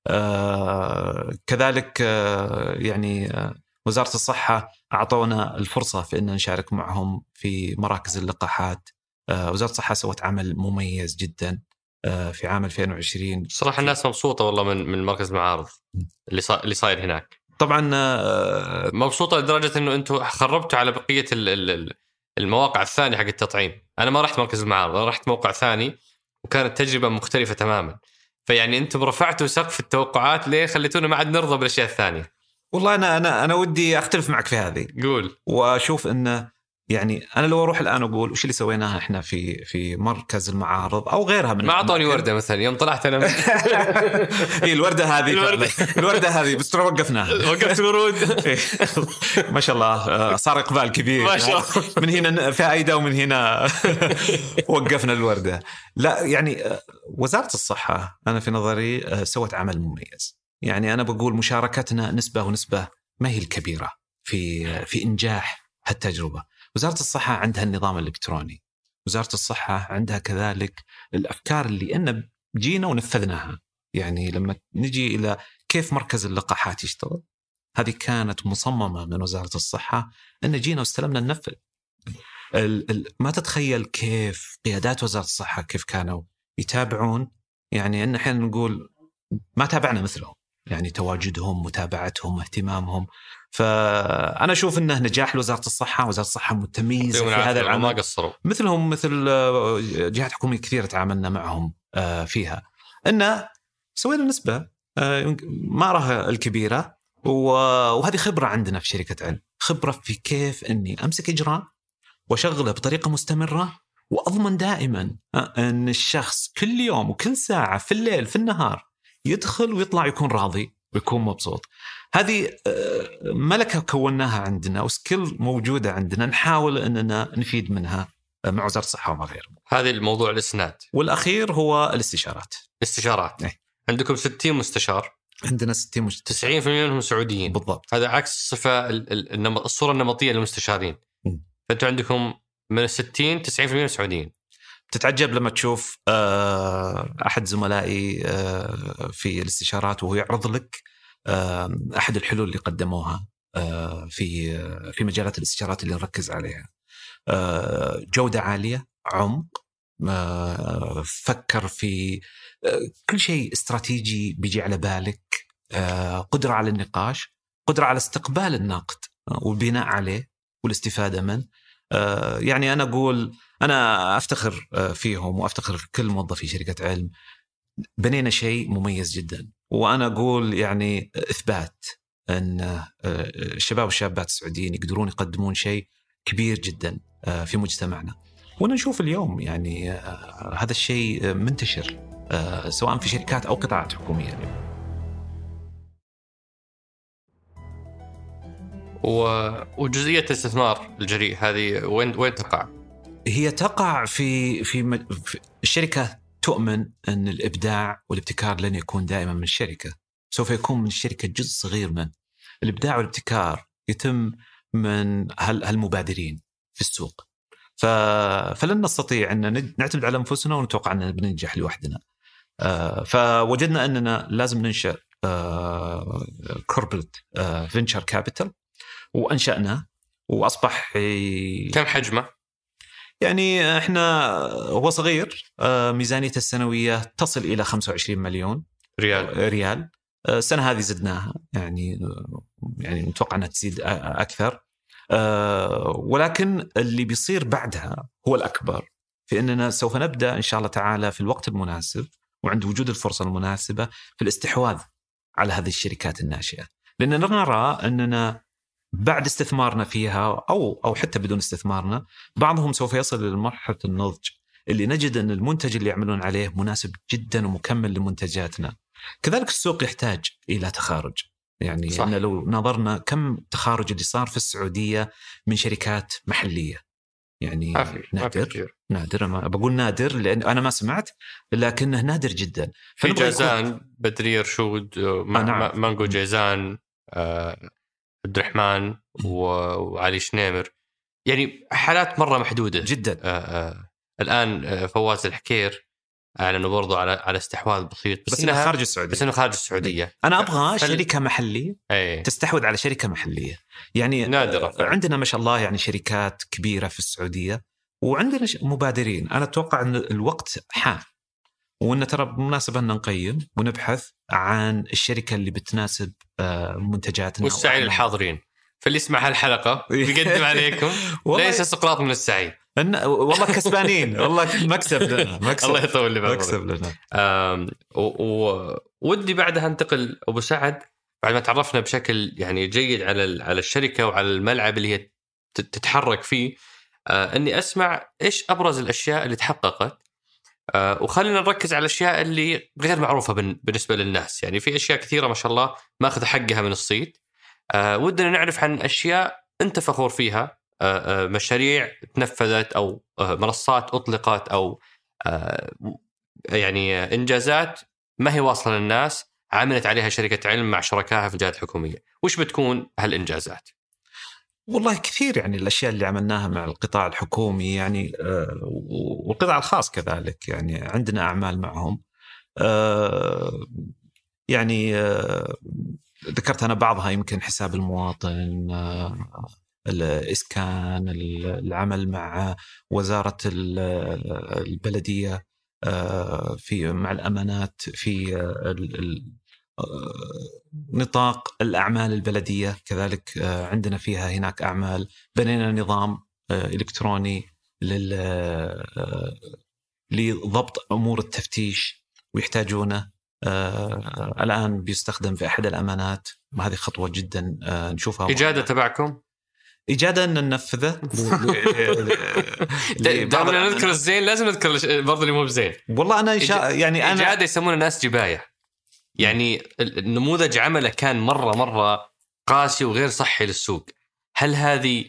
آه كذلك آه يعني آه وزارة الصحة أعطونا الفرصة في أن نشارك معهم في مراكز اللقاحات. آه وزارة الصحة سوت عمل مميز جدا آه في عام ألفين وعشرين. صراحة الناس مبسوطة والله من من مركز المعارض اللي صار اللي صاير هناك. طبعا آه مبسوطة لدرجة إنه أنتم خربتوا على بقية المواقع الثانية حق التطعيم. أنا ما رحت مركز المعارض، أنا رحت موقع ثاني وكانت تجربة مختلفة تماما. فيعني أنتم رفعتوا سقف التوقعات، ليه خليتونا ما عاد نرضى بالأشياء الثانية؟ والله أنا أنا أنا ودي أختلف معك في هذه. قول. وأشوف إنه يعني أنا لو أروح الآن أقول وش اللي سويناها إحنا في في مركز المعارض أو غيرها من ما أعطوني وردة مثلا يوم طلعت أنا. هي الوردة هذه الوردة, الوردة هذه بس ترى وقفناها. وقفت ورود. ما شاء الله صار إقبال كبير. ما شاء الله. من هنا فائدة ومن هنا وقفنا الوردة. لا يعني وزارة الصحة أنا في نظري سوت عمل مميز. يعني أنا بقول مشاركتنا نسبة ونسبة ما هي الكبيرة في في إنجاح هالتجربة. وزارة الصحة عندها النظام الإلكتروني، وزارة الصحة عندها كذلك الأفكار اللي إن جينا ونفذناها. يعني لما نجي إلى كيف مركز اللقاحات يشتغل، هذه كانت مصممة من وزارة الصحة، إن جينا واستلمنا ننفذ. ال ال ما تتخيل كيف قيادات وزارة الصحة كيف كانوا يتابعون، يعني أن أحيانا نقول ما تابعنا مثلهم، يعني تواجدهم، متابعتهم، اهتمامهم. فأنا أشوف أنه نجاح لوزارة الصحة. وزارة الصحة متميزة في هذا العمل، ما قصروا مثلهم مثل جهات حكومية كثيرة تعاملنا معهم فيها، أنه سوينا نسبة ما راها الكبيرة، وهذه خبرة عندنا في شركة علم، خبرة في كيف أني أمسك إجراء وشغله بطريقة مستمرة، وأضمن دائما أن الشخص كل يوم وكل ساعة في الليل في النهار يدخل ويطلع يكون راضي ويكون مبسوط. هذه ملكة كوناها عندنا وسكيل موجودة عندنا، نحاول أننا نفيد منها مع وزارة الصحة وما غيره. هذه الموضوع الإسناد. والأخير هو الاستشارات. استشارات إيه؟ عندكم ستين مستشار. عندنا ستين مستشار، تسعين بالمئة منهم سعوديين. بالضبط. هذا عكس الصفة الصورة النمطية للمستشارين. فأنتوا عندكم من الستين تسعين بالمئة سعوديين. تتعجب لما تشوف أحد زملائي في الاستشارات وهو يعرض لك أحد الحلول اللي قدموها في في مجالات الاستشارات اللي نركز عليها. جودة عالية، عمق، فكر في كل شيء استراتيجي بيجي على بالك، قدرة على النقاش، قدرة على استقبال النقد والبناء عليه والاستفادة منه. يعني أنا أقول أنا أفتخر فيهم وأفتخر في كل موظفي شركة علم. بنينا شيء مميز جدا، وأنا أقول يعني إثبات أن الشباب والشابات السعوديين يقدرون يقدمون شيء كبير جدا في مجتمعنا. ونشوف اليوم يعني هذا الشيء منتشر سواء في شركات أو قطاعات حكومية اليوم. وجزئية الاستثمار الجريء هذه وين وين تقع؟ هي تقع في في, في الشركة تؤمن أن الإبداع والابتكار لن يكون دائما من الشركة، سوف يكون من الشركة جزء صغير من الإبداع والابتكار يتم من هالمبادرين في السوق. فلن نستطيع أن نعتمد على أنفسنا ونتوقع أننا بننجح لوحدنا. فوجدنا أننا لازم ننشأ كوربريت فينشر كابيتال، وأنشأنا وأصبح. كم حجمه؟ يعني إحنا هو صغير، ميزانية السنوية تصل إلى خمسة وعشرين مليون ريال. ريال. السنة هذه زدناها، يعني يعني نتوقع أنها تزيد أكثر، ولكن اللي بيصير بعدها هو الأكبر، في أننا سوف نبدأ إن شاء الله تعالى في الوقت المناسب وعند وجود الفرصة المناسبة في الاستحواذ على هذه الشركات الناشئة، لأننا نرى أننا بعد استثمارنا فيها أو أو حتى بدون استثمارنا بعضهم سوف يصل لمرحلة النضج اللي نجد أن المنتج اللي يعملون عليه مناسب جدا ومكمل لمنتجاتنا. كذلك السوق يحتاج إلى تخارج، يعني صح. أن لو نظرنا كم تخارج اللي صار في السعودية من شركات محلية، يعني نادر نادر ما بقول نادر لأن أنا ما سمعت، لكنه نادر جدا. في جازان يكون... بدري رشود ما... نعم. مانجو جازان آه... عبد الرحمن وعلي شنيمر، يعني حالات مرة محدودة جدا. آه آه الآن آه فواز الحكير أعلنوا برضو على على استحواذ بسيط، بس, بس إنه خارج السعودية. بس إنه خارج السعودية. أنا أبغى فل... شركة محلية أي. تستحوذ على شركة محلية، يعني نادرة. عندنا ما شاء الله يعني شركات كبيرة في السعودية وعندنا مبادرين. أنا أتوقع أن الوقت حان، وأن ترى بمناسبة أن نقيم ونبحث عن الشركة اللي بتناسب منتجاتنا. والسعي للحاضرين، فاللي يسمع هالحلقة بيقدم عليكم ليس سقراط من السعي. والله كسبانين، والله مكسب لنا، مكسب. الله يطول لي مكسب لنا. ودي بعدها انتقل أبو سعد، بعد ما تعرفنا بشكل يعني جيد على على الشركة وعلى الملعب اللي هي تتحرك فيه، أني أسمع إيش أبرز الأشياء اللي تحققت، وخلينا نركز على الأشياء اللي غير معروفة بالنسبة للناس. يعني في أشياء كثيرة ما شاء الله ما أخذ حقها من الصيت. ودنا نعرف عن أشياء أنت فخور فيها، مشاريع تنفذت أو منصات أطلقت أو يعني إنجازات ما هي واصلة للناس عملت عليها شركة علم مع شركائها في الجهات الحكومية. وش بتكون هالإنجازات؟ والله كثير، يعني الأشياء اللي عملناها مع القطاع الحكومي يعني والقطاع الخاص كذلك، يعني عندنا أعمال معهم. يعني ذكرت أنا بعضها، يمكن حساب المواطن، الإسكان، العمل مع وزارة البلدية في مع الأمانات في نطاق الأعمال البلدية. كذلك عندنا فيها هناك أعمال. بنينا نظام إلكتروني لضبط أمور التفتيش ويحتاجونه. الآن بيستخدم في أحد الأمانات، وهذه خطوة جدا نشوفها. إجادة تبعكم؟ إجادة أن ننفذه. دائما نذكر الزين لازم نذكر برضه اللي مو بزين. والله أنا إجا... يعني أنا إجادة يسمون الناس جباية. يعني النموذج عمله كان مرة مرة قاسي وغير صحي للسوق. هل هذه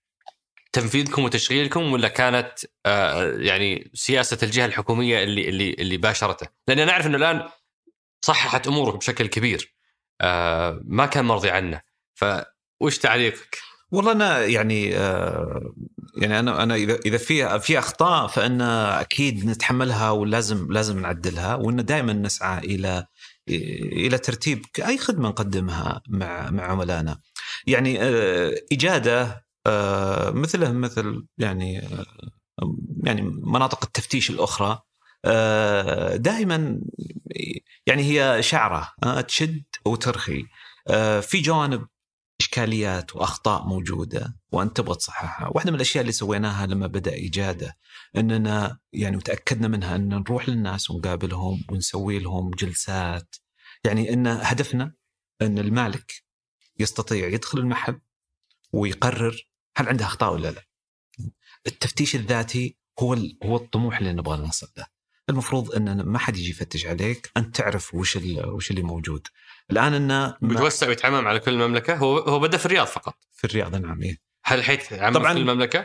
تنفيذكم وتشغيلكم ولا كانت آه يعني سياسة الجهة الحكومية اللي اللي اللي باشرته؟ لأن أنا أعرف إنه الآن صححت أموره بشكل كبير، آه ما كان مرضي عنه. فوش تعليقك؟ والله أنا يعني آه يعني أنا أنا إذا إذا في في أخطاء فإن أكيد نتحملها ولازم لازم نعدلها، وإن دائما نسعى إلى إلى ترتيب أي خدمة نقدمها مع مع عملائنا. يعني آه إجادة آه مثله مثل يعني آه يعني مناطق التفتيش الأخرى آه دائما يعني هي شعرة آه تشد وترخي. آه في جوانب إشكاليات وأخطاء موجودة وأنت تبغى تصححها. واحدة من الأشياء اللي سويناها لما بدأ إجادة أننا يعني متأكدنا منها أن نروح للناس ونقابلهم ونسوي لهم جلسات. يعني أن هدفنا أن المالك يستطيع يدخل المحل ويقرر هل عنده أخطاء ولا لا. التفتيش الذاتي هو هو الطموح اللي نبغى نوصل له. المفروض أن ما حد يجي يفتش عليك، أنت تعرف وش وش اللي موجود. الآن إنه بتوسع ويتعمم على كل المملكة. هو هو بدأ في الرياض فقط. في الرياض نعم. إيه. هل حيث عم في المملكة؟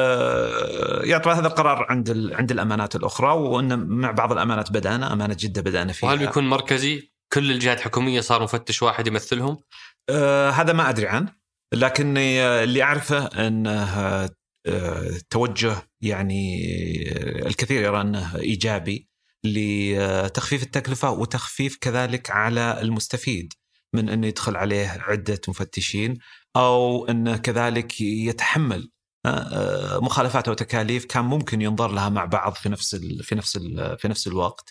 آه يعني طبعا هذا القرار عند ال... عند الأمانات الأخرى، وأن مع بعض الأمانات بدأنا أمانة جدة بدأنا فيها. وهل بيكون مركزي كل الجهات الحكومية صار مفتش واحد يمثلهم؟ آه هذا ما أدري عنه، لكن اللي أعرفه أنه توجه يعني الكثير يرى أنه إيجابي لتخفيف التكلفة وتخفيف كذلك على المستفيد من أنه يدخل عليه عدة مفتشين، أو أنه كذلك يتحمل مخالفات وتكاليف كان ممكن ينظر لها مع بعض في نفس ال في نفس ال في نفس الوقت.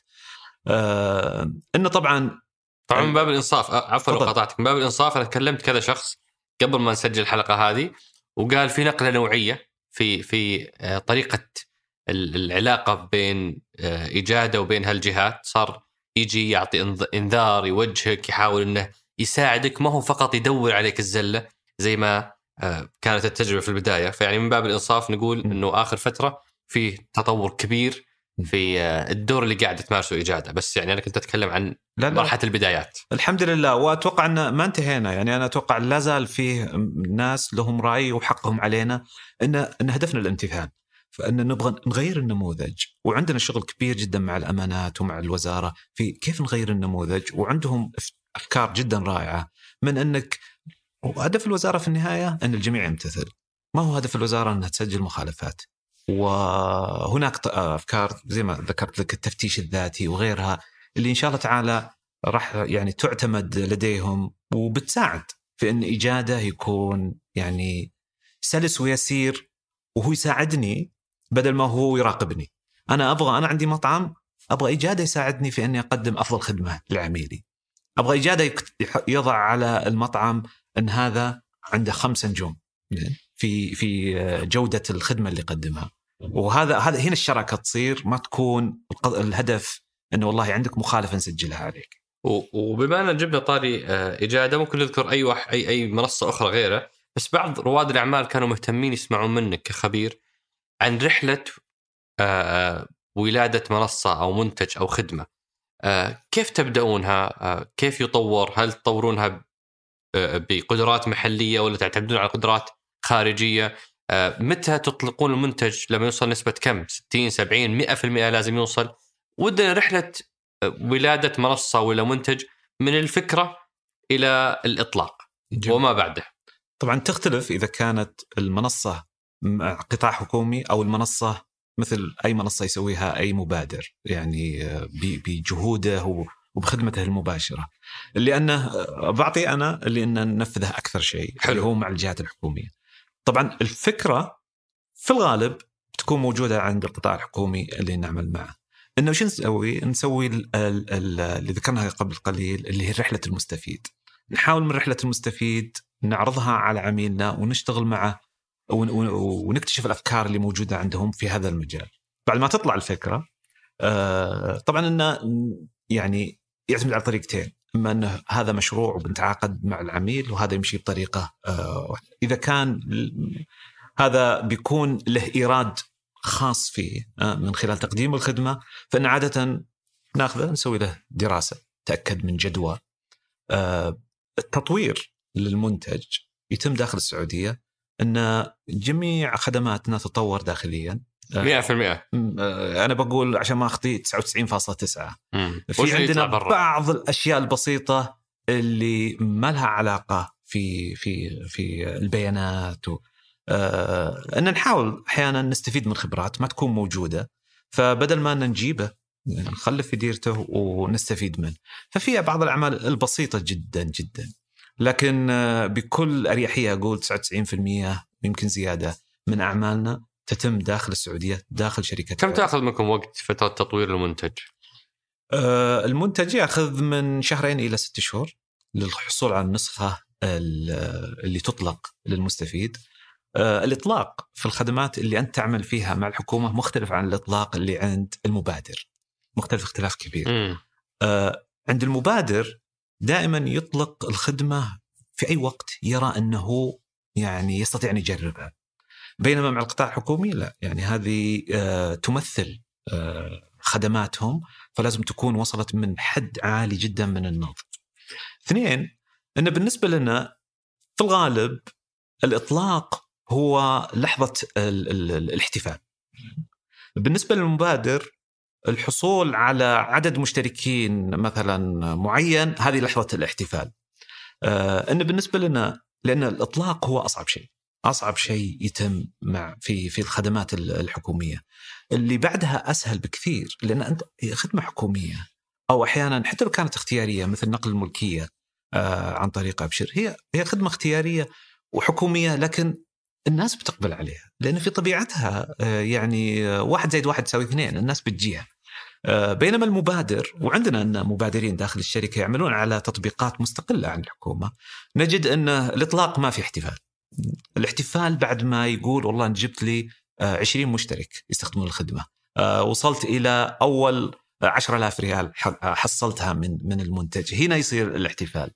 إنه طبعا طبعا من باب الإنصاف، عفوا لو قطعتك، من باب الإنصاف أنا تكلمت كذا شخص قبل ما نسجل الحلقة هذه وقال في نقلة نوعية في في طريقة العلاقة بين إجادة وبين هالجهات. صار يجي يعطي إنذار، يوجهك، يحاول إنه يساعدك، ما هو فقط يدور عليك الزلة زي ما كانت التجربة في البداية. فيعني من باب الإنصاف نقول إنه آخر فترة في تطور كبير في الدور اللي قاعدة تمارسه إجادة. بس يعني أنا كنت أتكلم عن لا لا. مرحلة البدايات. الحمد لله، وأتوقع أن ما انتهينا. يعني أنا أتوقع لا زال فيه ناس لهم رأي وحقهم علينا إن إن هدفنا الامتثال، فإن نبغى نغير النموذج. وعندنا شغل كبير جدا مع الأمانات ومع الوزارة في كيف نغير النموذج، وعندهم أفكار جدا رائعة. من أنك هدف الوزارة في النهاية أن الجميع يمتثل، ما هو هدف الوزارة أنها تسجل مخالفات. وهناك أفكار زي ما ذكرت لك التفتيش الذاتي وغيرها اللي إن شاء الله تعالى راح يعني تعتمد لديهم وبتساعد في أن إجادة يكون يعني سلس ويسير، وهو يساعدني بدل ما هو يراقبني. أنا أبغى أنا عندي مطعم، أبغى إجادة يساعدني في أني أقدم أفضل خدمة لعميلي. أبغى إجادة يضع على المطعم أن هذا عنده خمس نجوم في في جودة الخدمة اللي قدمها. وهذا هذا هنا الشراكة تصير، ما تكون الهدف إنه والله عندك مخالفة نسجلها عليك. وبما أن جبنا طاري إجادة، ممكن نذكر أي واحد أي أي منصة أخرى غيره. بس بعض رواد الأعمال كانوا مهتمين يسمعون منك كخبير عن رحلة ولادة منصة أو منتج أو خدمة. كيف تبدأونها؟ كيف يطور؟ هل تطورونها بقدرات محلية ولا تعتمدون على قدرات خارجية؟ متى تطلقون المنتج؟ لما يوصل نسبة كم؟ ستين سبعين مئة في المئة لازم يوصل؟ ودنا رحلة ولادة منصة ولا منتج من الفكرة إلى الإطلاق جميل. وما بعده. طبعا تختلف إذا كانت المنصة قطاع حكومي أو المنصة مثل أي منصة يسويها أي مبادر، يعني بجهوده وبخدمته المباشرة. لأنه بعطي أنا اللي أن ننفذه أكثر شيء اللي هو مع الجهات الحكومية. طبعا الفكرة في الغالب تكون موجودة عند القطاع الحكومي اللي نعمل معه، إنه شو نسوي؟ نسوي ال ال ال اللي ذكرناها قبل قليل اللي هي رحلة المستفيد. نحاول من رحلة المستفيد نعرضها على عميلنا ونشتغل معه ونكتشف الأفكار اللي موجودة عندهم في هذا المجال. بعد ما تطلع الفكرة آه طبعا إنه يعني يعتمد على طريقتين، إما أنه هذا مشروع وبنتعاقد مع العميل وهذا يمشي بطريقة آه إذا كان هذا بيكون له إيراد خاص فيه آه من خلال تقديم الخدمة، فإن عادة ناخذه نسوي له دراسة تأكد من جدوى. آه التطوير للمنتج يتم داخل السعودية، أن جميع خدماتنا تطور داخليا مئة في المئة. أنا بقول عشان ما أخطي تسعة وتسعين فاصلة تسعة. في عندنا بعض الأشياء البسيطة اللي ما لها علاقة في في في البيانات و أه أن نحاول أحيانا نستفيد من خبرات ما تكون موجودة، فبدل ما أن نجيبه نخلف في ديرته ونستفيد منه. ففيها بعض الأعمال البسيطة جدا جدا، لكن بكل أريحية أقول تسعة وتسعين بالمئة يمكن زيادة من أعمالنا تتم داخل السعودية داخل شركة. كم تأخذ منكم وقت فترة تطوير المنتج؟ آه المنتج يأخذ من شهرين إلى ست شهور للحصول على النسخة اللي تطلق للمستفيد. آه الإطلاق في الخدمات اللي أنت تعمل فيها مع الحكومة مختلف عن الإطلاق اللي عند المبادر، مختلف اختلاف كبير. آه عند المبادر دائما يطلق الخدمة في أي وقت يرى أنه يعني يستطيع أن يجربها، بينما مع القطاع الحكومي لا، يعني هذه آه تمثل آه خدماتهم، فلازم تكون وصلت من حد عالي جدا من النضج. اثنين، أن بالنسبة لنا في الغالب الإطلاق هو لحظة ال ال الاحتفال. بالنسبة للمبادر الحصول على عدد مشتركين مثلا معين هذه لحظة الاحتفال. آه أن بالنسبة لنا لأن الإطلاق هو أصعب شيء، أصعب شيء يتم مع في في الخدمات الحكومية، اللي بعدها أسهل بكثير، لأن أنت خدمة حكومية أو أحيانا حتى لو كانت اختيارية مثل نقل الملكية آه عن طريق أبشر، هي هي خدمة اختيارية وحكومية، لكن الناس بتقبل عليها لأن في طبيعتها آه يعني واحد زائد واحد تساوي اثنين، الناس بتجيها. آه بينما المبادر، وعندنا أن مبادرين داخل الشركة يعملون على تطبيقات مستقلة عن الحكومة، نجد أن الإطلاق ما في احتفال. الاحتفال بعد ما يقول والله جبت لي عشرين مشترك يستخدمون الخدمة، وصلت إلى أول عشرة آلاف ريال حصلتها من من المنتج، هنا يصير الاحتفال،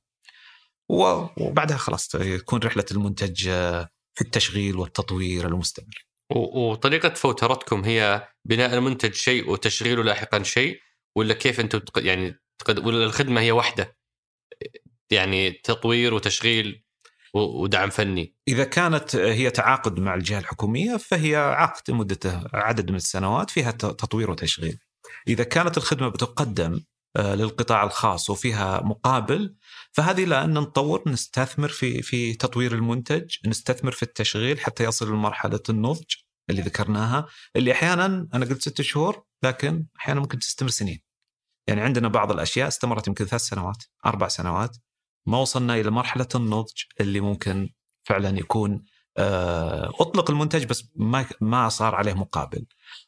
وبعدها خلاص يكون رحلة المنتج في التشغيل والتطوير المستمر. وطريقة فوترتكم هي بناء المنتج شيء وتشغيله لاحقا شيء، ولا كيف أنتم يعني ولا الخدمة هي واحدة، يعني تطوير وتشغيل ودعم فني؟ إذا كانت هي تعاقد مع الجهة الحكومية فهي عقد مدته عدد من السنوات فيها تطوير وتشغيل. إذا كانت الخدمة بتقدم للقطاع الخاص وفيها مقابل، فهذه لأن نطور نستثمر في في تطوير المنتج، نستثمر في التشغيل حتى يصل لمرحلة النضج اللي ذكرناها، اللي أحيانا أنا قلت ست شهور لكن أحيانا ممكن تستمر سنين. يعني عندنا بعض الأشياء استمرت يمكن ثلاث سنوات أربع سنوات ما وصلنا إلى مرحلة النضج اللي ممكن فعلا يكون أطلق المنتج بس ما ما صار عليه مقابل.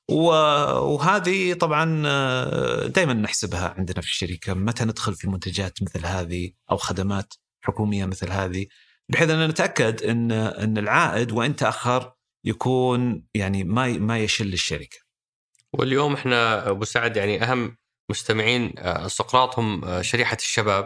وهذه طبعا دائما نحسبها عندنا في الشركة متى ندخل في منتجات مثل هذه أو خدمات حكومية مثل هذه، بحيث أن نتأكد أن أن العائد وإن تأخر يكون يعني ما ما يشل الشركة. واليوم إحنا أبو سعد يعني أهم مستمعين سقراط هم شريحة الشباب،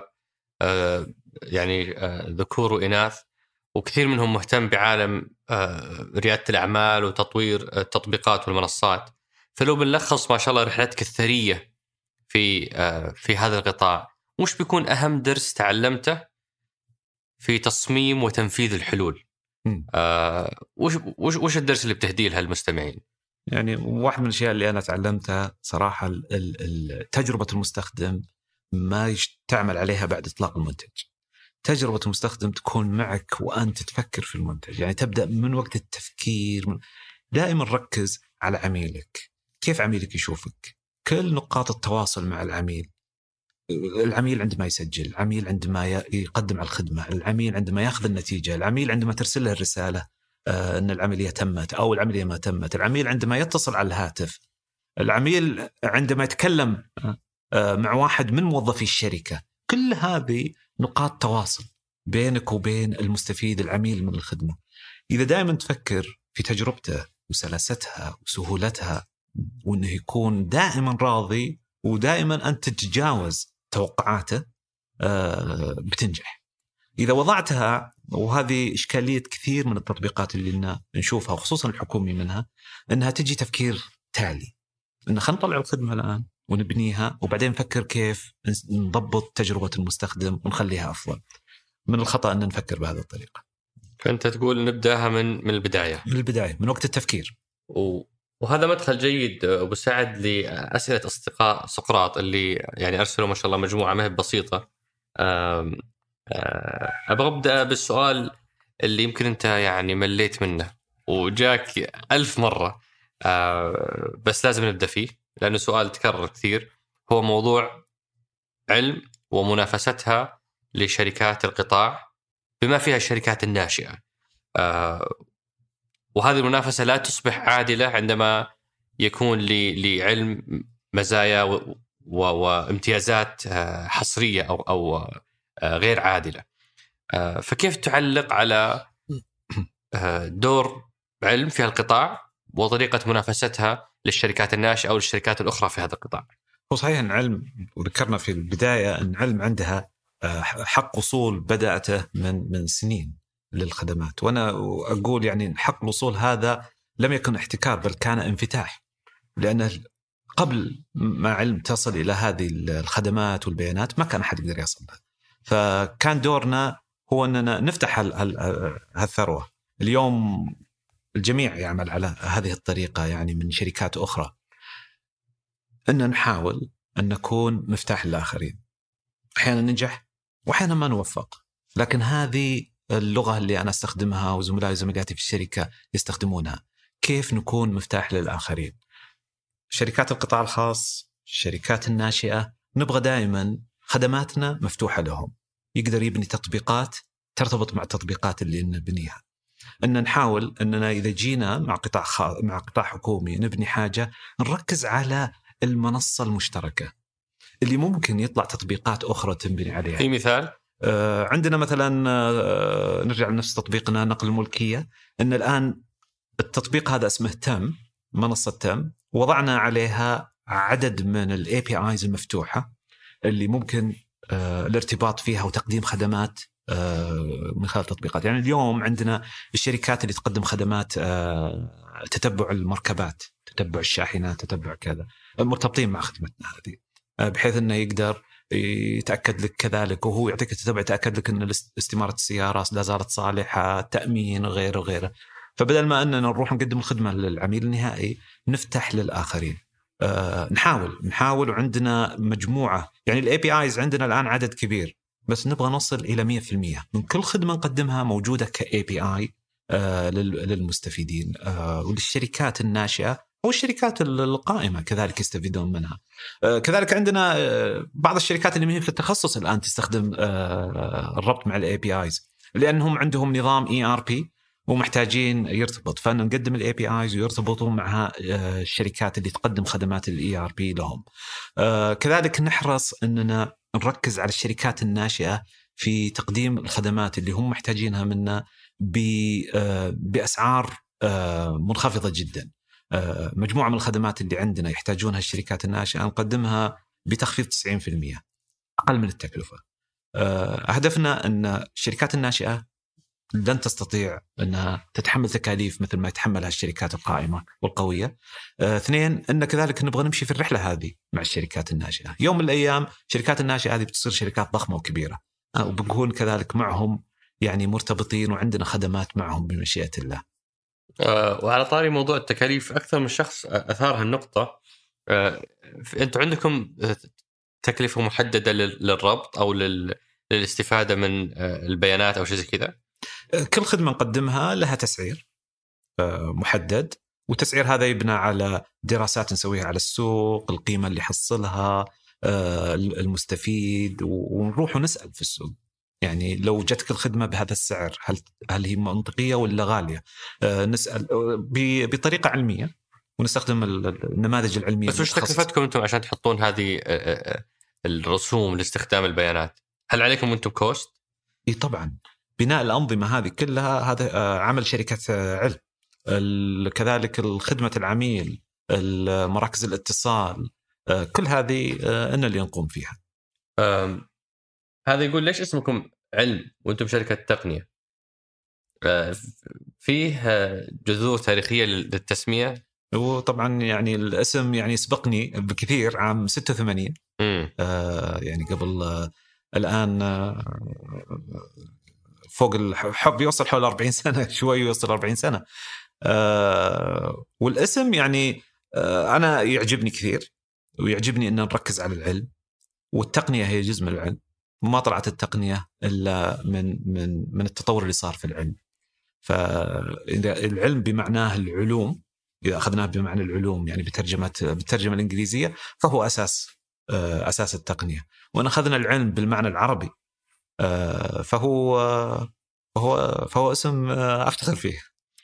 يعني ذكور وإناث، وكثير منهم مهتم بعالم ريادة الأعمال وتطوير التطبيقات والمنصات. فلو بنلخص ما شاء الله رحلتك الثرية في في هذا القطاع، وش بيكون أهم درس تعلمته في تصميم وتنفيذ الحلول؟ آه وش وش وش الدرس اللي بتهديه لهالمستمعين؟ يعني واحد من الأشياء اللي أنا تعلمتها صراحة تجربة المستخدم ما تعمل عليها بعد إطلاق المنتج. تجربة المستخدم تكون معك وأنت تفكر في المنتج، يعني تبدأ من وقت التفكير. من دائما ركز على عميلك، كيف عميلك يشوفك، كل نقاط التواصل مع العميل. العميل عندما يسجل، العميل عندما يقدم على الخدمة، العميل عندما يأخذ النتيجة، العميل عندما ترسل له الرسالة، أن العملية تمت أو العملية ما تمت. العميل عندما يتصل على الهاتف، العميل عندما يتكلم مع واحد من موظفي الشركة، كل هذه نقاط تواصل بينك وبين المستفيد العميل من الخدمة. إذا دائما تفكر في تجربته وسلاستها وسهولتها، وأنه يكون دائما راضي ودائما أنت تتجاوز توقعاته، بتنجح. إذا وضعتها، وهذه إشكالية كثير من التطبيقات اللي نشوفها وخصوصا الحكومي منها، أنها تجي تفكير تالي، أن خلينا نطلع الخدمة الآن ونبنيها وبعدين نفكر كيف نضبط تجربة المستخدم ونخليها أفضل. من الخطأ أن نفكر بهذه الطريقة. فأنت تقول نبدأها من من البداية من البداية من وقت التفكير. و... وهذا مدخل جيد أبو سعد لأسئلة أصدقاء سقراط اللي يعني أرسلوا ما شاء الله مجموعة ما هي بسيطة. أم... أبغى أبدأ بالسؤال اللي يمكن أنت يعني مليت منه وجاك ألف مرة، بس لازم نبدأ فيه لأنه سؤال تكرر كثير، هو موضوع علم ومنافستها لشركات القطاع بما فيها الشركات الناشئة. وهذه المنافسة لا تصبح عادلة عندما يكون لعلم مزايا و... و... وامتيازات حصرية أو, أو غير عادلة. فكيف تعلق على دور علم في القطاع وطريقة منافستها للشركات الناشئة أو للشركات الأخرى في هذا القطاع؟ هو صحيح أن علم، وذكرنا في البداية أن علم عندها حق وصول بدأته من من سنين للخدمات، وأنا أقول يعني حق الوصول هذا لم يكن احتكار بل كان انفتاح، لأن قبل ما علم تصل إلى هذه الخدمات والبيانات ما كان أحد يقدر يصل لها. فكان دورنا هو أننا نفتح هالثروة. اليوم الجميع يعمل على هذه الطريقة يعني من شركات أخرى، أن نحاول أن نكون مفتاح للآخرين. أحيانا ننجح وأحيانا ما نوفق، لكن هذه اللغة اللي أنا استخدمها وزملائي وزميلاتي في الشركة يستخدمونها، كيف نكون مفتاح للآخرين. شركات القطاع الخاص، الشركات الناشئة، نبغى دائما خدماتنا مفتوحة لهم، يقدر يبني تطبيقات ترتبط مع التطبيقات اللي نبنيها. أن نحاول أننا إذا جينا مع قطاع خاص مع قطاع حكومي نبني حاجة، نركز على المنصة المشتركة اللي ممكن يطلع تطبيقات أخرى تنبني عليها. في مثال آه عندنا مثلا آه نرجع لنفس تطبيقنا نقل الملكية، أن الآن التطبيق هذا اسمه تم، منصة تم، وضعنا عليها عدد من ال إيه بي آيز المفتوحة اللي ممكن آه الارتباط فيها وتقديم خدمات آه من خلال التطبيقات. يعني اليوم عندنا الشركات اللي تقدم خدمات آه تتبع المركبات، تتبع الشاحنات، تتبع كذا، مرتبطين مع خدمتنا هذه، آه بحيث أنه يقدر يتأكد لك كذلك، وهو يعطيك تتبع يتأكد لك أن استمارة السيارة لا زالت صالحة، تأمين وغيره وغيره. فبدل ما أننا نروح نقدم الخدمة للعميل النهائي، نفتح للآخرين. أه نحاول نحاول وعندنا مجموعة، يعني ال إيه بي آيز عندنا الآن عدد كبير، بس نبغى نصل إلى مية بالمية من كل خدمة نقدمها موجودة ك إيه بي آي أه للمستفيدين أه وللشركات الناشئة والشركات القائمة كذلك يستفيدون منها. أه كذلك عندنا أه بعض الشركات اللي من في التخصص الآن تستخدم أه الربط مع ال إيه بي آيز، لأنهم عندهم نظام إي آر بي ومحتاجين يرتبط، فأنا نقدم ال إيه بي آيز ويرتبطوا مع الشركات اللي تقدم خدمات ال إي آر بي لهم. كذلك نحرص أننا نركز على الشركات الناشئة في تقديم الخدمات اللي هم محتاجينها منا بأسعار منخفضة جدا. مجموعة من الخدمات اللي عندنا يحتاجونها الشركات الناشئة نقدمها بتخفيض تسعين بالمئة، أقل من التكلفة. هدفنا أن الشركات الناشئة لن تستطيع أنها تتحمل تكاليف مثل ما يتحملها الشركات القائمة والقوية. آه، اثنين، أن كذلك نبغى نمشي في الرحلة هذه مع الشركات الناشئة. يوم من الأيام شركات الناشئة هذه بتصير شركات ضخمة وكبيرة، آه، وبنكون كذلك معهم يعني مرتبطين وعندنا خدمات معهم بمشيئة الله. آه، وعلى طاري موضوع التكاليف، أكثر من شخص أثار هالنقطة. آه، أنتم عندكم تكلفة محددة للربط أو للاستفادة من البيانات أو شيء زي كذا؟ كل خدمة نقدمها لها تسعير محدد، والتسعير هذا يبنى على دراسات نسويها على السوق، القيمة اللي حصلها المستفيد، ونروح ونسأل في السوق. يعني لو جتك الخدمة بهذا السعر هل هل هي منطقية ولا غالية؟ آه نسأل بطريقة علمية ونستخدم النماذج العلمية. بس وش تكلفتكم أنتم عشان تحطون هذه الرسوم لاستخدام البيانات؟ هل عليكم أنتم كوست؟ إيه طبعا، بناء الأنظمة هذه كلها هذا عمل شركة علم. كذلك الخدمة العميل، مراكز الاتصال، كل هذه أن اللي نقوم فيها. هذا يقول ليش اسمكم علم وأنتم شركة تقنية؟ فيه جذور تاريخية للتسمية؟ وطبعا يعني الاسم يعني يسبقني بكثير، عام ستة وثمانين آه يعني قبل آه الآن آه فوق الحب يوصل حول أربعين سنة، شوي يوصل أربعين سنة. آه والاسم يعني آه أنا يعجبني كثير، ويعجبني أن نركز على العلم، والتقنية هي جزء من العلم. ما طلعت التقنية إلا من من من التطور اللي صار في العلم. فإذا العلم بمعناه العلوم، إذا أخذناه بمعنى العلوم يعني بترجمة بالترجمة الإنجليزية، فهو أساس أساس التقنية. وإن أخذنا العلم بالمعنى العربي فهو فهو فهو اسم أفتخر فيه.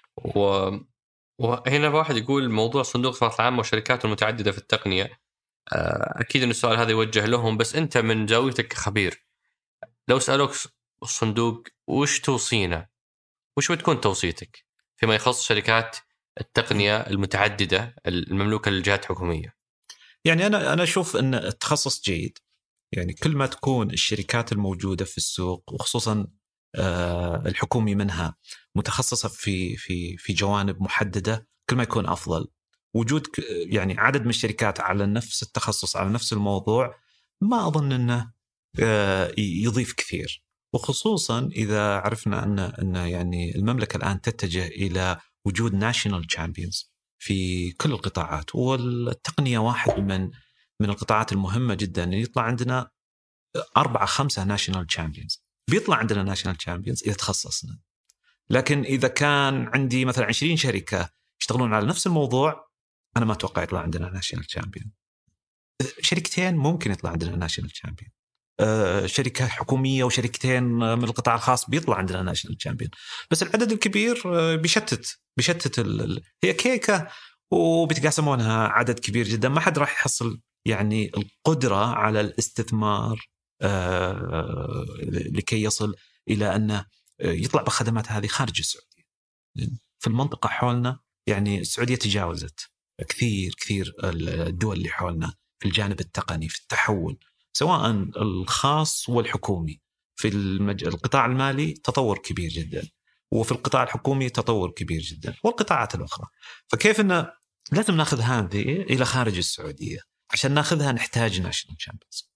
وهنا واحد يقول موضوع صندوق الاستثمارات العامة والشركات المتعددة في التقنية، أكيد إن السؤال هذا يوجه لهم، بس أنت من زاويتك كخبير لو سألوك الصندوق وش توصينا، وش بتكون توصيتك فيما يخص شركات التقنية المتعددة المملوكة للجهات الحكومية؟ يعني أنا أنا أشوف أن التخصص جيد. يعني كل ما تكون الشركات الموجودة في السوق وخصوصا الحكومي منها متخصصة في في في جوانب محددة، كل ما يكون أفضل. وجود يعني عدد من الشركات على نفس التخصص على نفس الموضوع ما أظن أنه يضيف كثير، وخصوصا إذا عرفنا أن أن يعني المملكة الآن تتجه إلى وجود ناشونال تشامبيونز في كل القطاعات، والتقنية واحد من من القطاعات المهمة جدا. يطلع عندنا أربعة خمسة ناشونال تشامبيونز، بيطلع عندنا ناشونال تشامبيونز إذا تخصصنا. لكن إذا كان عندي مثلا عشرين شركة يشتغلون على نفس الموضوع، أنا ما أتوقع يطلع عندنا ناشونال تشامبيون. شركتين ممكن يطلع عندنا ناشونال تشامبيون، شركة حكومية وشركتين من القطاع الخاص بيطلع عندنا ناشونال تشامبيون. بس العدد الكبير بيشتت بيشتت ال... هي كيكة وبتقاسمونها عدد كبير جدا، ما حد راح يحصل يعني القدرة على الاستثمار آه لكي يصل إلى أن يطلع بخدمات هذه خارج السعودية. في المنطقة حولنا يعني السعودية تجاوزت كثير كثير الدول اللي حولنا في الجانب التقني، في التحول سواء الخاص والحكومي. في المج... القطاع المالي تطور كبير جدا، وفي القطاع الحكومي تطور كبير جدا، والقطاعات الأخرى. فكيف أن لازم نأخذ هذه إلى خارج السعودية؟ عشان نأخذها نحتاج ناشونال تشامبيونز.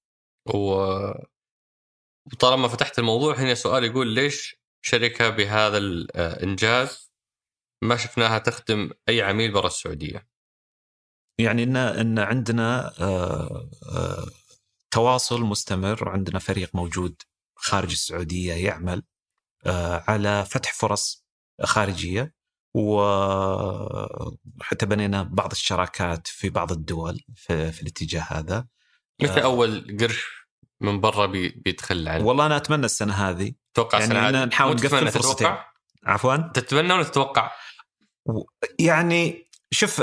وطالما فتحت الموضوع هنا سؤال يقول ليش شركة بهذا الإنجاز ما شفناها تخدم أي عميل برا السعودية؟ يعني إن إن عندنا آآ آآ تواصل مستمر، وعندنا فريق موجود خارج السعودية يعمل على فتح فرص خارجية، وحتى بنينا بعض الشراكات في بعض الدول في, في الاتجاه هذا. مثل أول قرش من برا بيدخل العالم. والله أنا أتمنى السنة هذه، توقع يعني السنة هذه نحاول نقفل فرصتين. عفوا، تتمنى ولا تتوقع؟ يعني شوف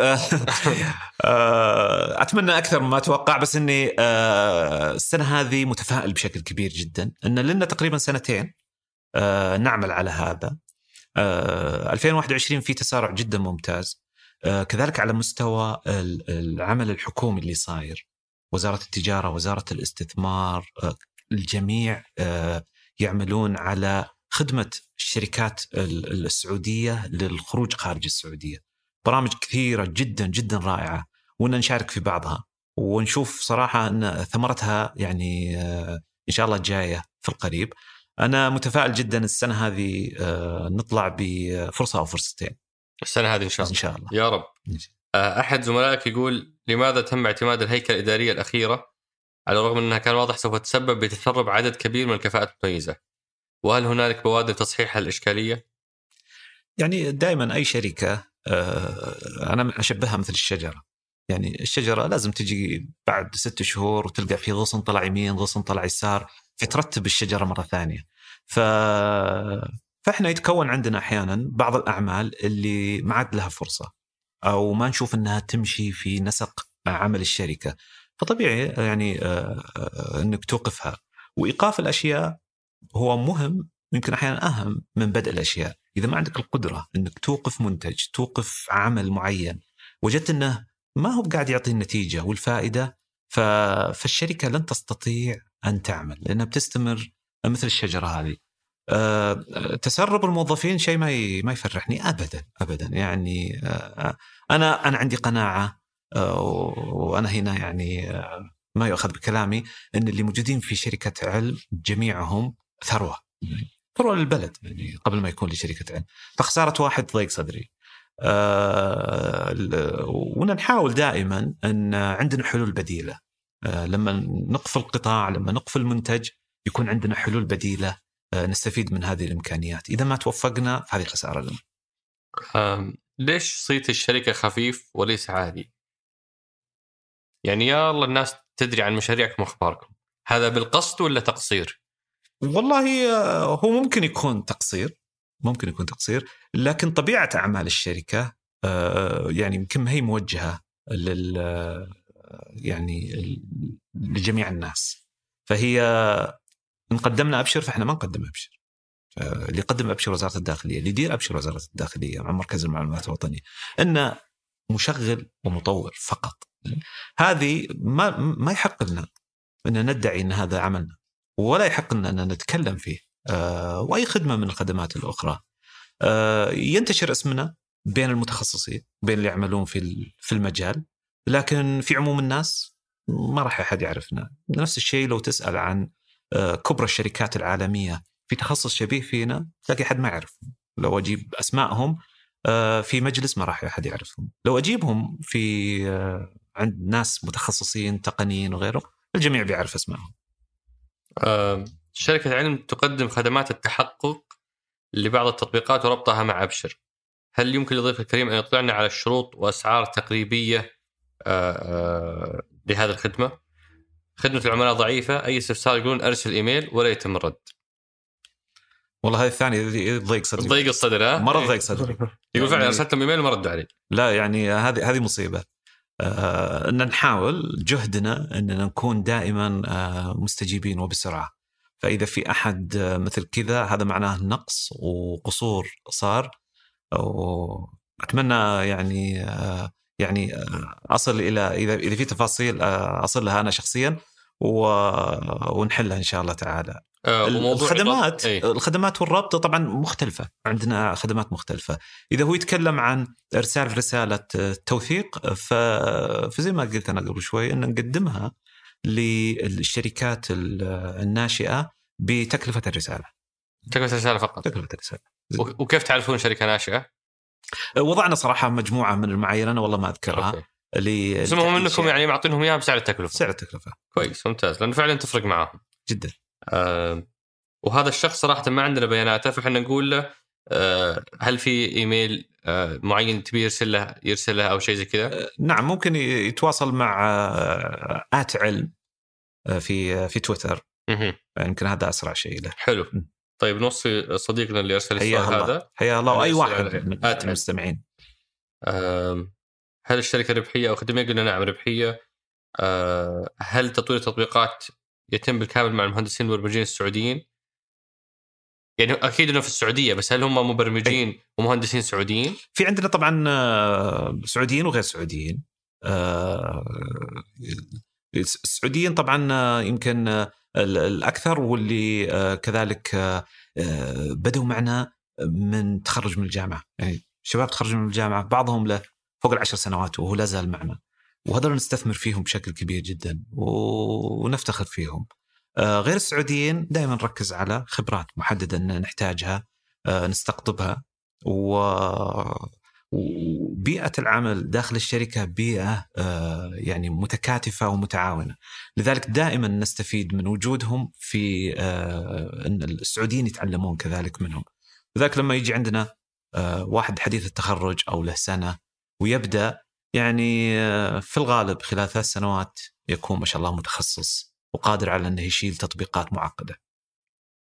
أتمنى أكثر مما أتوقع، بس إني السنة هذه متفائل بشكل كبير جدا، إن لنا تقريبا سنتين نعمل على هذا. ألفين وواحد وعشرين في تسارع جدا ممتاز. كذلك على مستوى العمل الحكومي اللي صاير، وزارة التجارة، وزارة الاستثمار، الجميع يعملون على خدمة الشركات السعودية للخروج خارج السعودية. برامج كثيرة جدا جدا رائعة، وإن نشارك في بعضها ونشوف صراحة أن ثمرتها يعني إن شاء الله جاية في القريب. أنا متفائل جدا السنة هذه نطلع بفرصة أو فرصتين السنة هذه إن شاء الله. إن شاء الله يا رب. أحد زملائك يقول لماذا تم اعتماد الهيكل الإدارية الأخيرة على الرغم أنها كان واضح سوف تسبب بتسرب عدد كبير من الكفاءات المميزة؟ وهل هنالك بوادر تصحيح الإشكالية؟ يعني دائما أي شركة أنا أشبهها مثل الشجرة. يعني الشجرة لازم تجي بعد ست شهور وتلقى في غصن طلع يمين غصن طلع يسار، فترتب الشجرة مرة ثانية. ف فإحنا يتكون عندنا أحيانا بعض الأعمال اللي ما عاد لها فرصة أو ما نشوف أنها تمشي في نسق عمل الشركة، فطبيعي يعني أنك توقفها. وإيقاف الأشياء هو مهم، يمكن أحيانا أهم من بدء الأشياء. إذا ما عندك القدرة أنك توقف منتج، توقف عمل معين، وجدت أنه ما هو قاعد يعطي النتيجة والفائدة، فالشركة لن تستطيع أن تعمل، لأنها بتستمر مثل الشجرة هذه. أه تسرب الموظفين شيء ما ما يفرحني أبدا أبدا. يعني أه أنا أنا عندي قناعة، أه وأنا هنا يعني أه ما يؤخذ بكلامي، أن اللي موجودين في شركة علم جميعهم ثروة، ثروة للبلد يعني قبل ما يكون لشركة علم. فخسارة واحد ضيق صدري. أه ونحاول دائما أن عندنا حلول بديلة. أه لما نقفل القطاع، لما نقفل منتج، يكون عندنا حلول بديلة أه نستفيد من هذه الإمكانيات. إذا ما توفقنا فهذه خسارة لنا. ليش صيت الشركة خفيف وليس عادي؟ يعني يا الله الناس تدري عن مشاريعكم وأخباركم، هذا بالقصد ولا تقصير؟ والله هو ممكن يكون تقصير، ممكن يكون تقصير، لكن طبيعة أعمال الشركة يعني يمكن ما هي موجهة لل يعني لجميع الناس. فهي إن قدمنا أبشر فإحنا ما نقدم أبشر. اللي يقدم أبشر وزارة الداخلية، اللي يدير أبشر وزارة الداخلية مع مركز المعلومات الوطني، إنه مشغل ومطور فقط. هذه ما ما يحق لنا أن ندعي أن هذا عملنا، ولا يحق لنا أن نتكلم فيه. أه وأي خدمة من الخدمات الأخرى أه ينتشر اسمنا بين المتخصصين، بين اللي يعملون في في المجال، لكن في عموم الناس ما راح أحد يعرفنا. نفس الشيء لو تسأل عن أه كبرى الشركات العالمية في تخصص شبيه فينا، تلاقي حد ما يعرفهم. لو أجيب أسمائهم أه في مجلس ما راح أحد يعرفهم. لو أجيبهم في أه عند ناس متخصصين تقنيين وغيره، الجميع بيعرف اسمائهم. أه شركة علم تقدم خدمات التحقق لبعض التطبيقات وربطها مع أبشر. هل يمكن لضيف الكريم أن يطلعنا على الشروط وأسعار تقريبية أه أه لهذه الخدمة؟ خدمة العملاء ضعيفة، أي استفسار يقولون أرسل إيميل ولا يتم الرد. والله هذا الثاني ضيق صدري. ضيق الصدر ها؟ مرة ضيق صدري. يقول فعلا أرسلت إيميل وما ردوا علي. لا يعني هذه هذه مصيبة. آه أن نحاول جهدنا أننا نكون دائما آه مستجيبين وبسرعة. فإذا في أحد آه مثل كذا، هذا معناه نقص وقصور صار. وأتمنى يعني آه يعني آه أصل إلى إذا إذا في تفاصيل آه أصل لها أنا شخصيا ونحلها إن شاء الله تعالى. آه الخدمات الخدمات والربط طبعا مختلفة، عندنا خدمات مختلفة. إذا هو يتكلم عن إرسال رسالة توثيق، فزي ما قلت أنا قبل شوي أن نقدمها للشركات الناشئة بتكلفة الرسالة. تكلفة الرسالة فقط. تكلفة الرسالة. وكيف تعرفون شركة ناشئة؟ وضعنا صراحة مجموعة من المعايير، أنا والله ما أذكرها. اللي اسمهم منكم يعني معطينهم إياها بسعر التكلفة. سعر التكلفة. كويس ممتاز، لأنه فعلا تفرق معهم جدا. آه وهذا الشخص صراحة ما عندنا بياناته، فإحنا نقول له آه هل في إيميل آه معين تبي يرسل له يرسل له أو شيء زي كذا؟ آه نعم، ممكن يتواصل مع آه آت علم آه في في تويتر. يمكن هذا أسرع شيء له. حلو. م. طيب نوصي صديقنا اللي أرسل السؤال هذا. حيا الله. وأي واحد من المستمعين. آه هل الشركة ربحية أو خدمية؟ قلنا نعم ربحية. آه هل تطوير التطبيقات يتم بالكامل مع المهندسين والمبرمجين السعوديين؟ يعني أكيد إنه في السعودية، بس هل هم مبرمجين أي. ومهندسين سعوديين؟ في عندنا طبعا سعوديين وغير سعوديين. السعوديين طبعا يمكن الأكثر، واللي كذلك بدوا معنا من تخرج من الجامعة. يعني شباب تخرجوا من الجامعة بعضهم له فوق العشر سنوات وهو لا زال معنا، وهذا نستثمر فيهم بشكل كبير جدا ونفتخر فيهم. غير السعوديين دائما نركز على خبرات محددة أن نحتاجها نستقطبها. وبيئة العمل داخل الشركة بيئة يعني متكاتفة ومتعاونة، لذلك دائما نستفيد من وجودهم في أن السعوديين يتعلمون كذلك منهم. لذلك لما يجي عندنا واحد حديث التخرج أو له سنة ويبدأ، يعني في الغالب خلال ثلاث سنوات يكون ما شاء الله متخصص وقادر على أنه يشيل تطبيقات معقدة.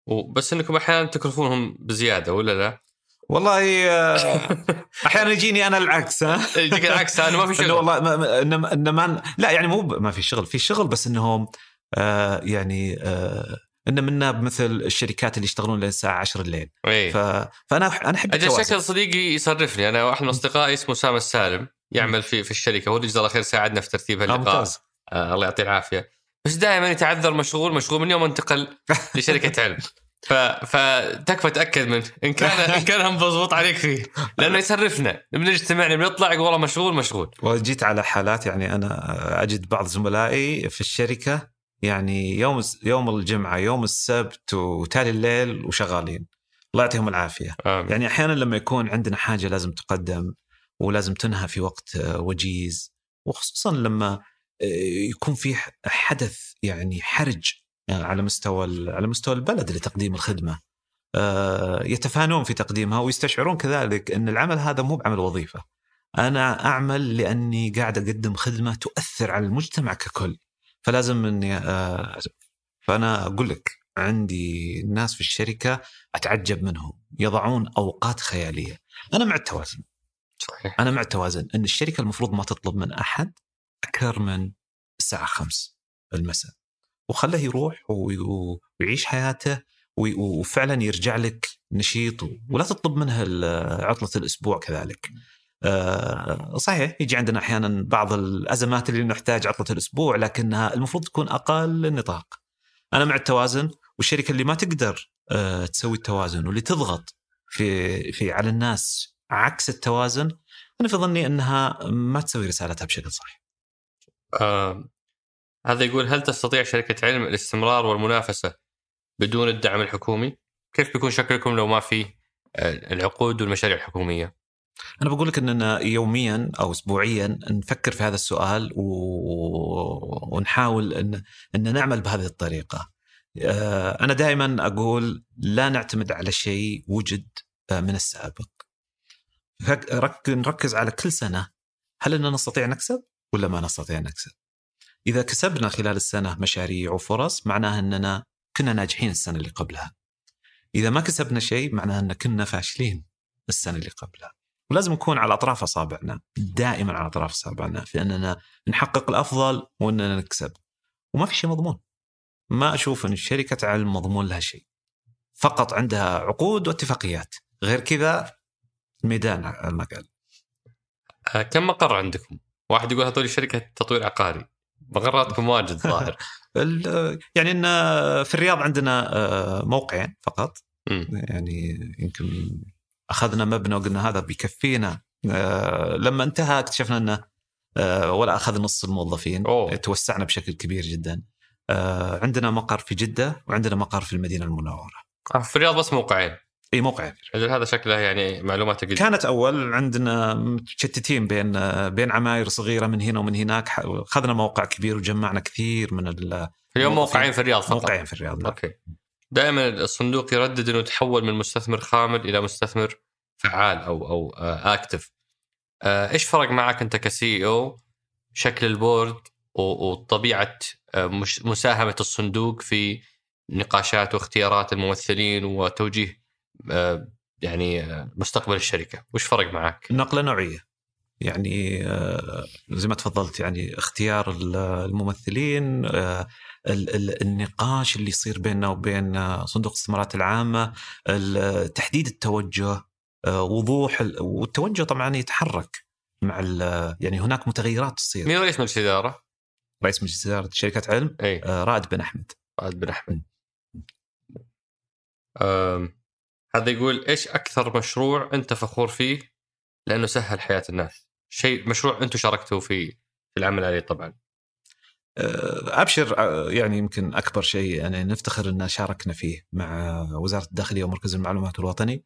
وبس انكم احيانا تكلفونهم بزياده ولا لا؟ والله احيانا يجيني انا العكس. ها يجيك العكس، انا ما في شغل والله ما انما انما لا يعني مو ما في شغل، في شغل بس انهم آه يعني آه ان منا مثل الشركات اللي يشتغلون للساعه عشرة الليل. إيه. ف... فانا انا احب اجل شكل صديقي يصرفني، انا واحد من اصدقائي اسمه سام السالم يعمل في في الشركه، هو اللي جزاه الله خير ساعدنا في ترتيب هاللقاء. آه الله يعطيه العافيه. بس دائما يتعذر مشغول مشغول من يوم انتقل لشركه علم. ف فتكفى تاكد منه ان كان ان كان مضبوط عليك فيه، لانه يصرفنا بنجتمع بنطلع يقول والله مشغول مشغول. وجيت على حالات يعني انا اجد بعض زملائي في الشركه يعني يوم يوم الجمعه يوم السبت وتالي الليل وشغالين، الله يعطيهم العافيه. آمين. يعني احيانا لما يكون عندنا حاجه لازم تقدم ولازم تنهى في وقت وجيز، وخصوصا لما يكون في حدث يعني حرج على مستوى على مستوى البلد لتقديم الخدمه، يتفانون في تقديمها ويستشعرون كذلك ان العمل هذا مو بعمل وظيفه، انا اعمل لاني قاعد اقدم خدمه تؤثر على المجتمع ككل، فلازم اني فانا اقول لك عندي ناس في الشركه اتعجب منهم يضعون اوقات خياليه. انا مع التوازن. صحيح. انا مع التوازن ان الشركه المفروض ما تطلب من احد اكثر من الساعه خمسة المساء، وخله يروح ويعيش حياته وفعلا يرجع لك نشيط، ولا تطلب منها عطلة الأسبوع كذلك. أه صحيح يجي عندنا أحيانا بعض الأزمات اللي نحتاج عطلة الأسبوع، لكنها المفروض تكون أقل النطاق. أنا مع التوازن، والشركة اللي ما تقدر أه تسوي التوازن واللي تضغط في في على الناس عكس التوازن، أنا في ظني أنها ما تسوي رسالتها بشكل صحيح. آه هذا يقول هل تستطيع شركة علم الاستمرار والمنافسة بدون الدعم الحكومي؟ كيف بيكون شكلكم لو ما في العقود والمشاريع الحكومية؟ أنا بقول لك أننا يوميا أو أسبوعيا نفكر في هذا السؤال و... ونحاول أن... أن نعمل بهذه الطريقة. أنا دائما أقول لا نعتمد على شيء وجد من السابق، نركز على كل سنة هل أننا نستطيع نكسب ولا ما نستطيع نكسب. إذا كسبنا خلال السنة مشاريع وفرص معناها أننا كنا ناجحين السنة اللي قبلها. إذا ما كسبنا شيء معناها أن كنا فاشلين السنة اللي قبلها. ولازم نكون على أطراف أصابعنا، دائما على أطراف أصابعنا في أننا نحقق الأفضل وأننا نكسب، وما في شيء مضمون. ما أشوف أن شركة علم مضمون لها شيء، فقط عندها عقود واتفاقيات، غير كذا ميدان المقال. كم مقر عندكم؟ واحد يقول هذول شركة تطوير عقاري، مقراتكم واجد ظاهر. يعني إن في الرياض عندنا موقعين فقط. م. يعني يمكن أخذنا مبنى وقلنا هذا بيكفينا، لما انتهى اكتشفنا أنه ولا أخذ نص الموظفين. أوه. توسعنا بشكل كبير جدا. عندنا مقر في جدة وعندنا مقر في المدينة المنورة. في الرياض بس موقعين. اي موقعين. هذا شكله يعني معلومات جديدة. كانت أول عندنا متشتتين بين بين عماير صغيرة من هنا ومن هناك، أخذنا موقع كبير وجمعنا كثير من ال. اليوم موقعين في الرياض فقط. موقعين في الرياض. أوكي. دائما الصندوق يردد إنه تحول من مستثمر خامل إلى مستثمر فعال أو أو أكتف. إيش فرق معك أنت كسي أو شكل البورد وطبيعة مساهمة الصندوق في نقاشات واختيارات الممثلين وتوجيه يعني مستقبل الشركة؟ وش فرق معك؟ نقلة نوعية، يعني زي ما تفضلت، يعني اختيار الممثلين، النقاش اللي يصير بيننا وبين صندوق الاستثمارات العامة، تحديد التوجه، وضوح والتوجه طبعا يتحرك مع يعني هناك متغيرات تصير. مين رئيس مجلس الإدارة؟ رئيس مجلس إدارة شركة علم أي. رائد بن أحمد. رائد بن أحمد. هذا يقول إيش أكثر مشروع أنت فخور فيه لأنه سهل حياة الناس؟ شيء مشروع أنتوا شاركتوا فيه في العمل عليه طبعا. أبشر، يعني يمكن أكبر شيء يعني نفتخر أن شاركنا فيه مع وزارة الداخلية ومركز المعلومات الوطني،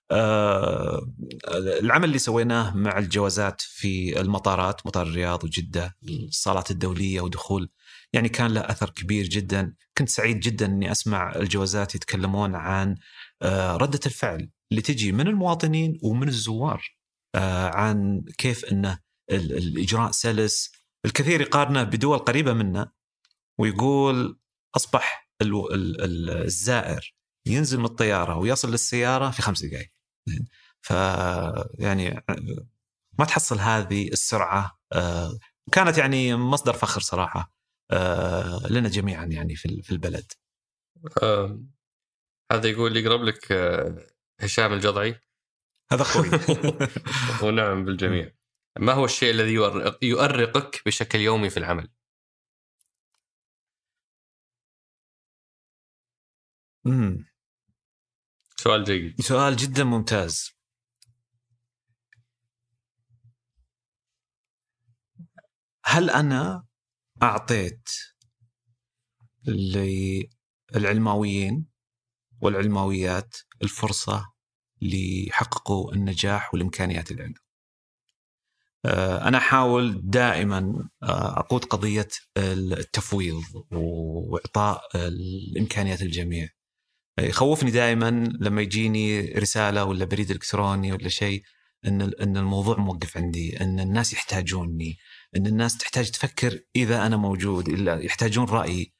العمل اللي سويناه مع الجوازات في المطارات، مطار الرياض وجدة، الصالات الدولية ودخول، يعني كان له أثر كبير جدا. كنت سعيد جدا أني أسمع الجوازات يتكلمون عن ردة الفعل اللي تجي من المواطنين ومن الزوار، عن كيف أنه الإجراء سلس. الكثير يقارنه بدول قريبة منا ويقول أصبح الزائر ينزل من الطيارة ويصل للسيارة في خمس دقائق. ف يعني ما تحصل هذه السرعة. كانت يعني مصدر فخر صراحة لنا جميعا يعني في البلد. آه هذا يقول يقرب لك آه هشام الجضعي، هذا خوي. ونعم بالجميع. ما هو الشيء الذي يؤرقك بشكل يومي في العمل؟ امم سؤال جيد، سؤال جدا ممتاز. هل أنا أعطيت للعلماويين والعلماويات الفرصة ليحققوا النجاح والإمكانيات العلم؟ أنا أحاول دائما أقود قضية التفويض وإعطاء الإمكانيات للجميع. يخوفني دائما لما يجيني رسالة ولا بريد إلكتروني ولا شيء إن إن الموضوع موقف عندي، إن الناس يحتاجوني، إن الناس تحتاج تفكر إذا أنا موجود، إلا يحتاجون رأيي.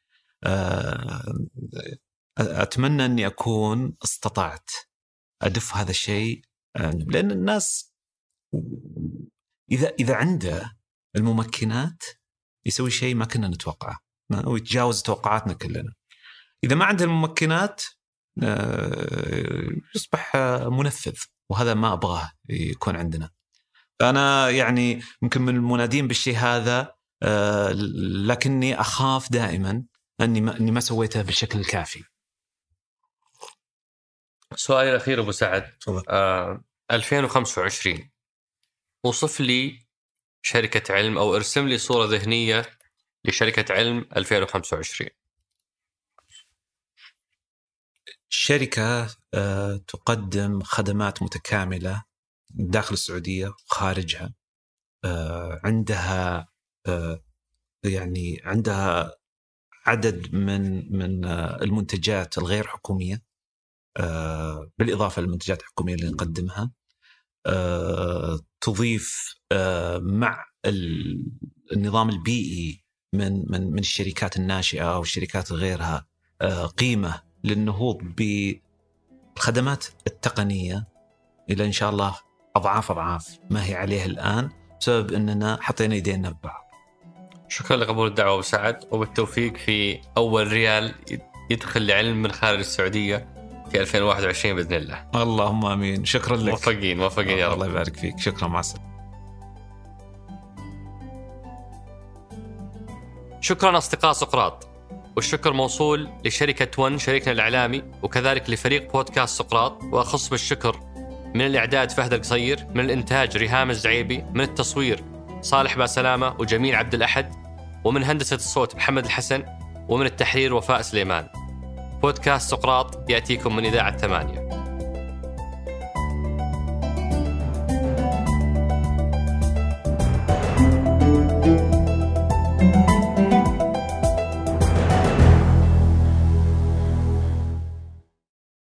أتمنى أني أكون استطعت أدف هذا الشيء، لأن الناس إذا إذا عنده الممكنات يسوي شيء ما كنا نتوقعه ويتجاوز توقعاتنا كلنا. إذا ما عنده الممكنات يصبح منفذ، وهذا ما أبغاه يكون عندنا. أنا يعني يمكن من المنادين بالشيء هذا، لكني أخاف دائما أني ما, أني ما سويته بالشكل الكافي. سؤالي الأخير أبو سعد، آه، ألفين وخمسة وعشرين وصف لي شركة علم أو ارسم لي صورة ذهنية لشركة علم ألفين وخمسة وعشرين. شركة آه، تقدم خدمات متكاملة داخل السعودية وخارجها. آه، عندها آه، يعني عندها عدد من من آه، المنتجات الغير حكومية، آه، بالإضافة للمنتجات الحكومية اللي نقدمها. آه، تضيف آه، مع النظام البيئي من من من الشركات الناشئة أو الشركات غيرها آه، قيمة للنهوض بالخدمات التقنية إلى إن شاء الله أضعاف أضعاف ما هي عليه الآن، بسبب أننا حطينا يدينا ببعض. شكرا لقبول الدعوة أبو سعد، وبالتوفيق في أول ريال يدخل لعلم من خارج السعودية في ألفين وواحد وعشرين بإذن الله. اللهم آمين. شكرا لك. موفقين موفقين يا رب. الله يبارك فيك. شكرا. مع السلامة. شكرا أصدقاء سقراط، والشكر موصول لشركة ون شريكنا الإعلامي، وكذلك لفريق بودكاست سقراط، وأخص بالشكر من الإعداد فهد القصير، من الإنتاج ريهام الزعيبي، من التصوير صالح باسلامة وجميل عبد الأحد، ومن هندسة الصوت محمد الحسن، ومن التحرير وفاء سليمان. بودكاست سقراط يأتيكم من إذاعة ثمانية.